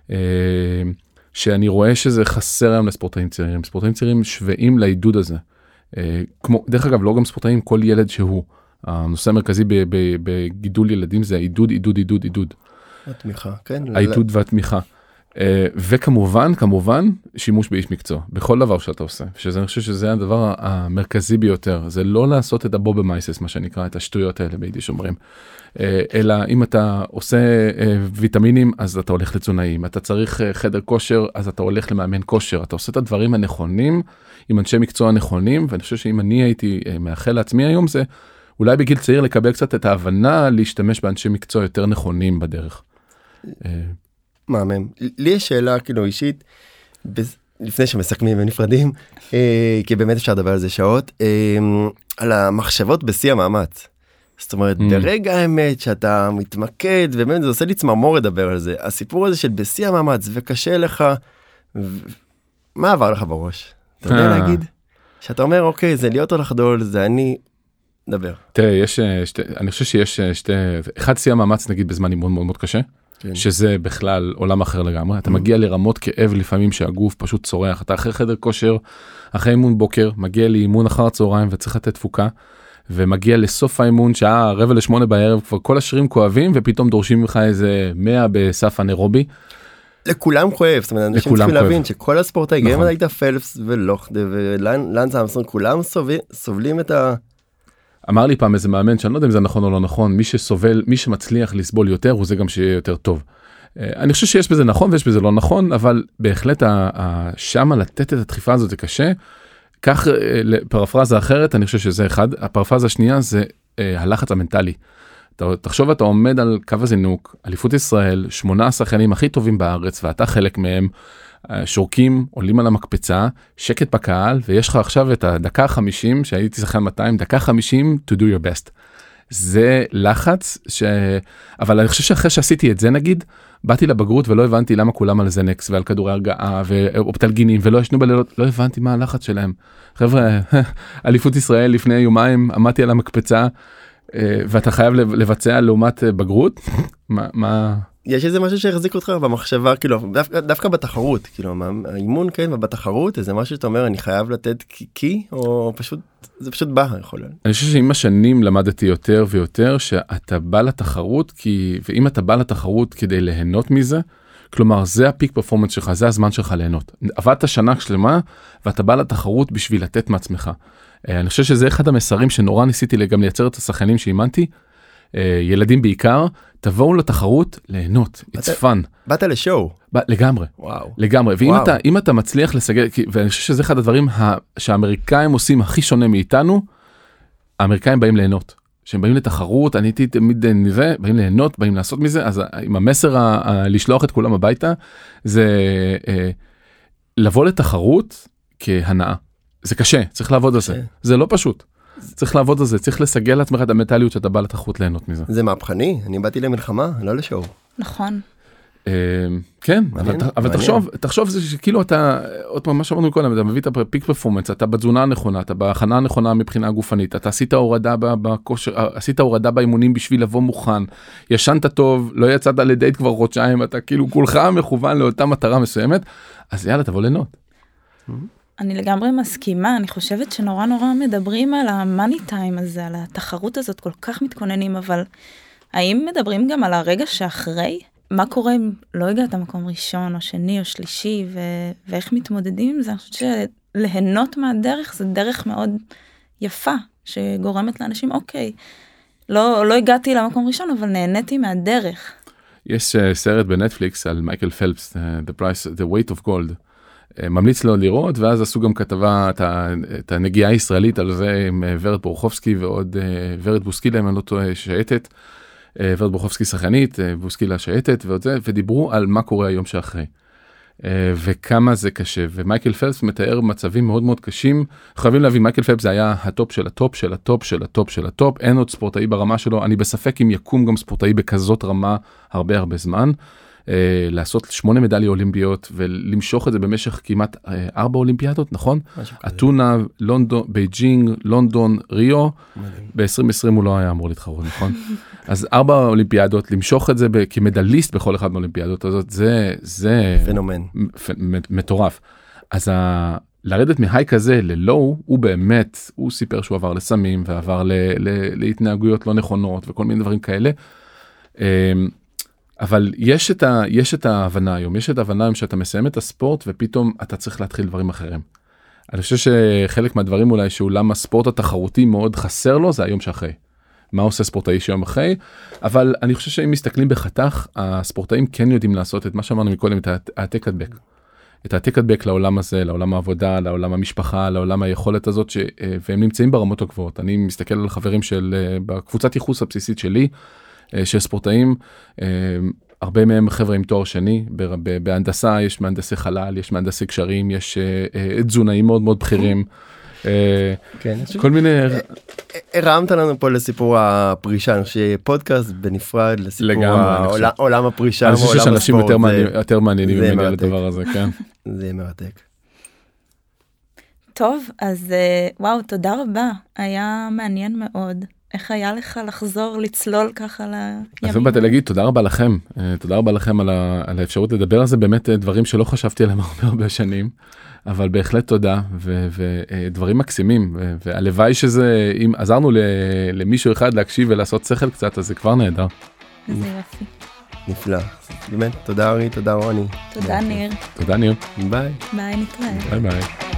שאני רואה שזה חסר היום לספורטאים צעירים. ספורטאים צעירים שווים לעידוד הזה. כמו, דרך אגב, לא גם ספורטאים, כל ילד שהוא. הנושא המרכזי בגידול ילדים זה העידוד, עידוד, עידוד, עידוד. התמיכה, כן. העידוד והתמיכה. וכמובן, כמובן, שימוש באיש מקצוע, בכל דבר שאתה עושה, שזה, אני חושב שזה הדבר המרכזי ביותר, זה לא לעשות את הבובה מייסס, מה שנקרא, את השטויות האלה ביידיש אומרים, אלא אם אתה עושה ויטמינים, אז אתה הולך לתזונאים, אתה צריך חדר כושר, אז אתה הולך למאמן כושר, אתה עושה את הדברים הנכונים, עם אנשי מקצוע נכונים, ואני חושב שאם אני הייתי מאחל לעצמי היום, זה אולי בגיל צעיר לקבל קצת את ההבנה, להשתמש באנשי מקצוע יותר נכונים בדרך. מהמם. לי יש שאלה כאילו אישית, לפני שמסכמים ונפרדים, כי באמת אפשר לדבר על זה שעות, על המחשבות בשיא המאמץ. זאת אומרת, ברגע האמת שאתה מתמקד, ובאמת זה עושה לי צמרמור לדבר על זה, הסיפור הזה של בשיא המאמץ וקשה לך, מה עבר לך בראש? אתה יודע להגיד? שאתה אומר, אוקיי, זה להיות או לחדול, זה אני, דבר. תראה, יש, שתי, אני חושב שיש שתי, אחד שיא המאמץ נגיד בזמן אימון מאוד מאוד קשה, כן. שזה בכלל עולם אחר לגמרי, אתה mm-hmm. מגיע לרמות כאב לפעמים שהגוף פשוט צורח, אתה אחרי חדר כושר, אחרי אימון בוקר, מגיע לאימון אחר הצהריים וצריך לתת תפוקה, ומגיע לסוף האימון, שעה רבע לשמונה בערב, כבר כל השרירים כואבים, ופתאום דורשים ממך איזה מאה בסף אנאירובי. לכולם כואב, זאת אומרת, אנשים צריכים להבין שכל הספורטאי, גם אם היית פלפס ולוחדה ולנס אמסטרונג, כולם סובלים את ה... אמר לי פעם איזה מאמן, שאני לא יודע אם זה נכון או לא נכון, מי שסובל, מי שמצליח לסבול יותר, הוא זה גם שיהיה יותר טוב. אני חושב שיש בזה נכון ויש בזה לא נכון, אבל בהחלט שמה לתת את הדחיפה הזאת זה קשה. כך, פרפרזה אחרת, אני חושב שזה אחד. הפרפרזה השנייה זה הלחץ המנטלי. תחשוב, אתה עומד על קו הזינוק, אליפות ישראל, שמונה השחקנים הכי טובים בארץ, ואתה חלק מהם, שורקים, עולים על המקפצה, שקט בקהל, ויש לך עכשיו את הדקה החמישים, שהייתי שחקן מאתיים, דקה חמישים to do your best. זה לחץ, ש... אבל אני חושב שאחרי שעשיתי את זה נגיד, באתי לבגרות ולא הבנתי למה כולם על זנקס ועל כדורי הרגעה ואופטלגינים, ולא ישנו בלילות, לא הבנתי מה הלחץ שלהם. חבר'ה, אליפות ישראל לפני יומיים, עמדתי על המקפצה, ואתה חייב לבצע לעומת בגרות? מה, מה... יש איזה משהו שהחזיק אותך במחשבה, כאילו, דווקא, דווקא בתחרות, כאילו, האימון, כן, ובתחרות, איזה משהו שאתה אומר, אני חייב לתת קי, או פשוט, זה פשוט בא, יכול להיות. אני חושב שעם השנים למדתי יותר ויותר, שאתה בא לתחרות, כי, ואם אתה בא לתחרות כדי ליהנות מזה, כלומר, זה הפיק פרפורמנס שלך, זה הזמן שלך ליהנות. עבדת שנה שלמה, ואתה בא לתחרות בשביל לתת מעצמך. אני חושב שזה אחד המסרים שנורא ניסיתי גם לייצר את השחקנים שאימנתי, ילדים בעיקר, תבואו לתחרות ליהנות, it's fun. באת לשואו. לגמרי, וואו. לגמרי, ואם אתה, אם אתה מצליח לסגל, ואני חושב שזה אחד הדברים שהאמריקאים עושים הכי שונה מאיתנו, האמריקאים באים ליהנות. כשהם באים לתחרות, אני הייתי תמיד נראה, באים ליהנות, באים לעשות מזה, אז עם המסר ה- לשלוח את כולם הביתה, זה לבוא לתחרות כהנאה. זה קשה, צריך לעבוד על זה. זה לא פשוט. צריך לעבוד על זה, צריך לסגל לעצמך את המנטליות שאתה בא לתחרות ליהנות מזה. זה מהפכני, אני באתי למלחמה, לא לשואו. נכון. כן, אבל תחשוב, תחשוב זה שכאילו אתה, עוד פעם, מה שאמרנו קודם, אתה מביא את הפיק פרפורמנס, אתה בתזונה הנכונה, אתה בהכנה הנכונה מבחינה גופנית, אתה עשית הורדה בכושר, עשית הורדה באימונים בשביל לבוא מוכן, ישנת טוב, לא יצאת לדייט כבר חודשיים, אתה כאילו כולך מכוון לאותה מטרה מסוימת, אז יאללה, תבוא ליהנות. אני לגמרי מסכימה, אני חושבת שנורא נורא מדברים על המאני טיים הזה, על התחרות הזאת, כל כך מתכוננים, אבל האם מדברים גם על הרגע שאחרי? מה קורה אם לא הגעת מקום ראשון או שני או שלישי, ו- ואיך מתמודדים עם זה? אני חושבת שליהנות מהדרך זה דרך מאוד יפה, שגורמת לאנשים, אוקיי, לא, לא הגעתי למקום ראשון, אבל נהניתי מהדרך. יש uh, סרט בנטפליקס על מייקל פלפס, uh, The Price, The Weight of Gold, ממליץ לו לראות, ואז עשו גם כתבה את הנגיעה הישראלית על זה עם ורד בורחובסקי ועוד ורד בוסקילה, אם אני לא טועה, שייטת, ורד בורחובסקי שחקנית, בוסקילה שייטת ועוד זה, ודיברו על מה קורה היום שאחרי. וכמה זה קשה, ומייקל פלפס מתאר מצבים מאוד מאוד קשים, חייבים להבין, מייקל פלפס זה היה הטופ של הטופ של הטופ של הטופ של הטופ, אין עוד ספורטאי ברמה שלו, אני בספק אם יקום גם ספורטאי בכזאת רמה הרבה הרבה זמן, לעשות שמונה מדליות אולימפיות ולמשוך את זה במשך כמעט ארבע אולימפיאדות, נכון? אתונה, לונדון, בייג'ינג, לונדון, ריו, ב-עשרים עשרים הוא לא היה אמור להתחרות, נכון? אז ארבע אולימפיאדות, למשוך את זה כמדליסט בכל אחד מהאולימפיאדות הזאת, זה, זה פנומן, מטורף. אז לרדת מהי כזה ללואו, הוא באמת, הוא סיפר שהוא עבר לסמים ועבר להתנהגויות לא נכונות וכל מיני דברים כאלה. אבל יש את, ה, יש את ההבנה היום, יש את ההבנה היום שאתה מסיים את הספורט ופתאום אתה צריך להתחיל דברים אחרים. אני חושב שחלק מהדברים אולי שאולם הספורט התחרותי מאוד חסר לו, זה היום שאחרי. מה עושה ספורטאי שיום אחרי? אבל אני חושב שאם מסתכלים בחתך, הספורטאים כן יודעים לעשות את מה שאמרנו מקודם, את העתק הדבק. את העתק הדבק לעולם הזה, לעולם העבודה, לעולם המשפחה, לעולם היכולת הזאת, ש... והם נמצאים ברמות הגבוהות. אני מסתכל על החברים של, בקבוצת ייחוס הבסיסית שלי, של ספורטאים, הרבה מהם חבר'ה עם תואר שני, בהנדסה יש מהנדסי חלל, יש מהנדסי קשרים, יש תזונאים מאוד מאוד בכירים, כל מיני... הרמת לנו פה לסיפור הפרישה, אני חושב שפודקאסט בנפרד לסיפור עולם הפרישה, אני חושב שיש אנשים יותר מעניינים ממני על הדבר הזה, כן. זה מרתק. טוב, אז וואו, תודה רבה, היה מעניין מאוד. איך היה לך לחזור, לצלול ככה לימים? אז אני באתי להגיד, תודה רבה לכם, תודה רבה לכם על, ה, על האפשרות לדבר על זה, באמת דברים שלא חשבתי עליהם הרבה הרבה שנים, אבל בהחלט תודה, ו, ודברים מקסימים, ו, והלוואי שזה, אם עזרנו ל, למישהו אחד להקשיב ולעשות שכל קצת, אז זה כבר נהדר. זה יופי. נפלא, באמת, תודה ארי, תודה רוני. תודה ניר. תודה ניר. ביי. ביי, נתראה. ביי ביי.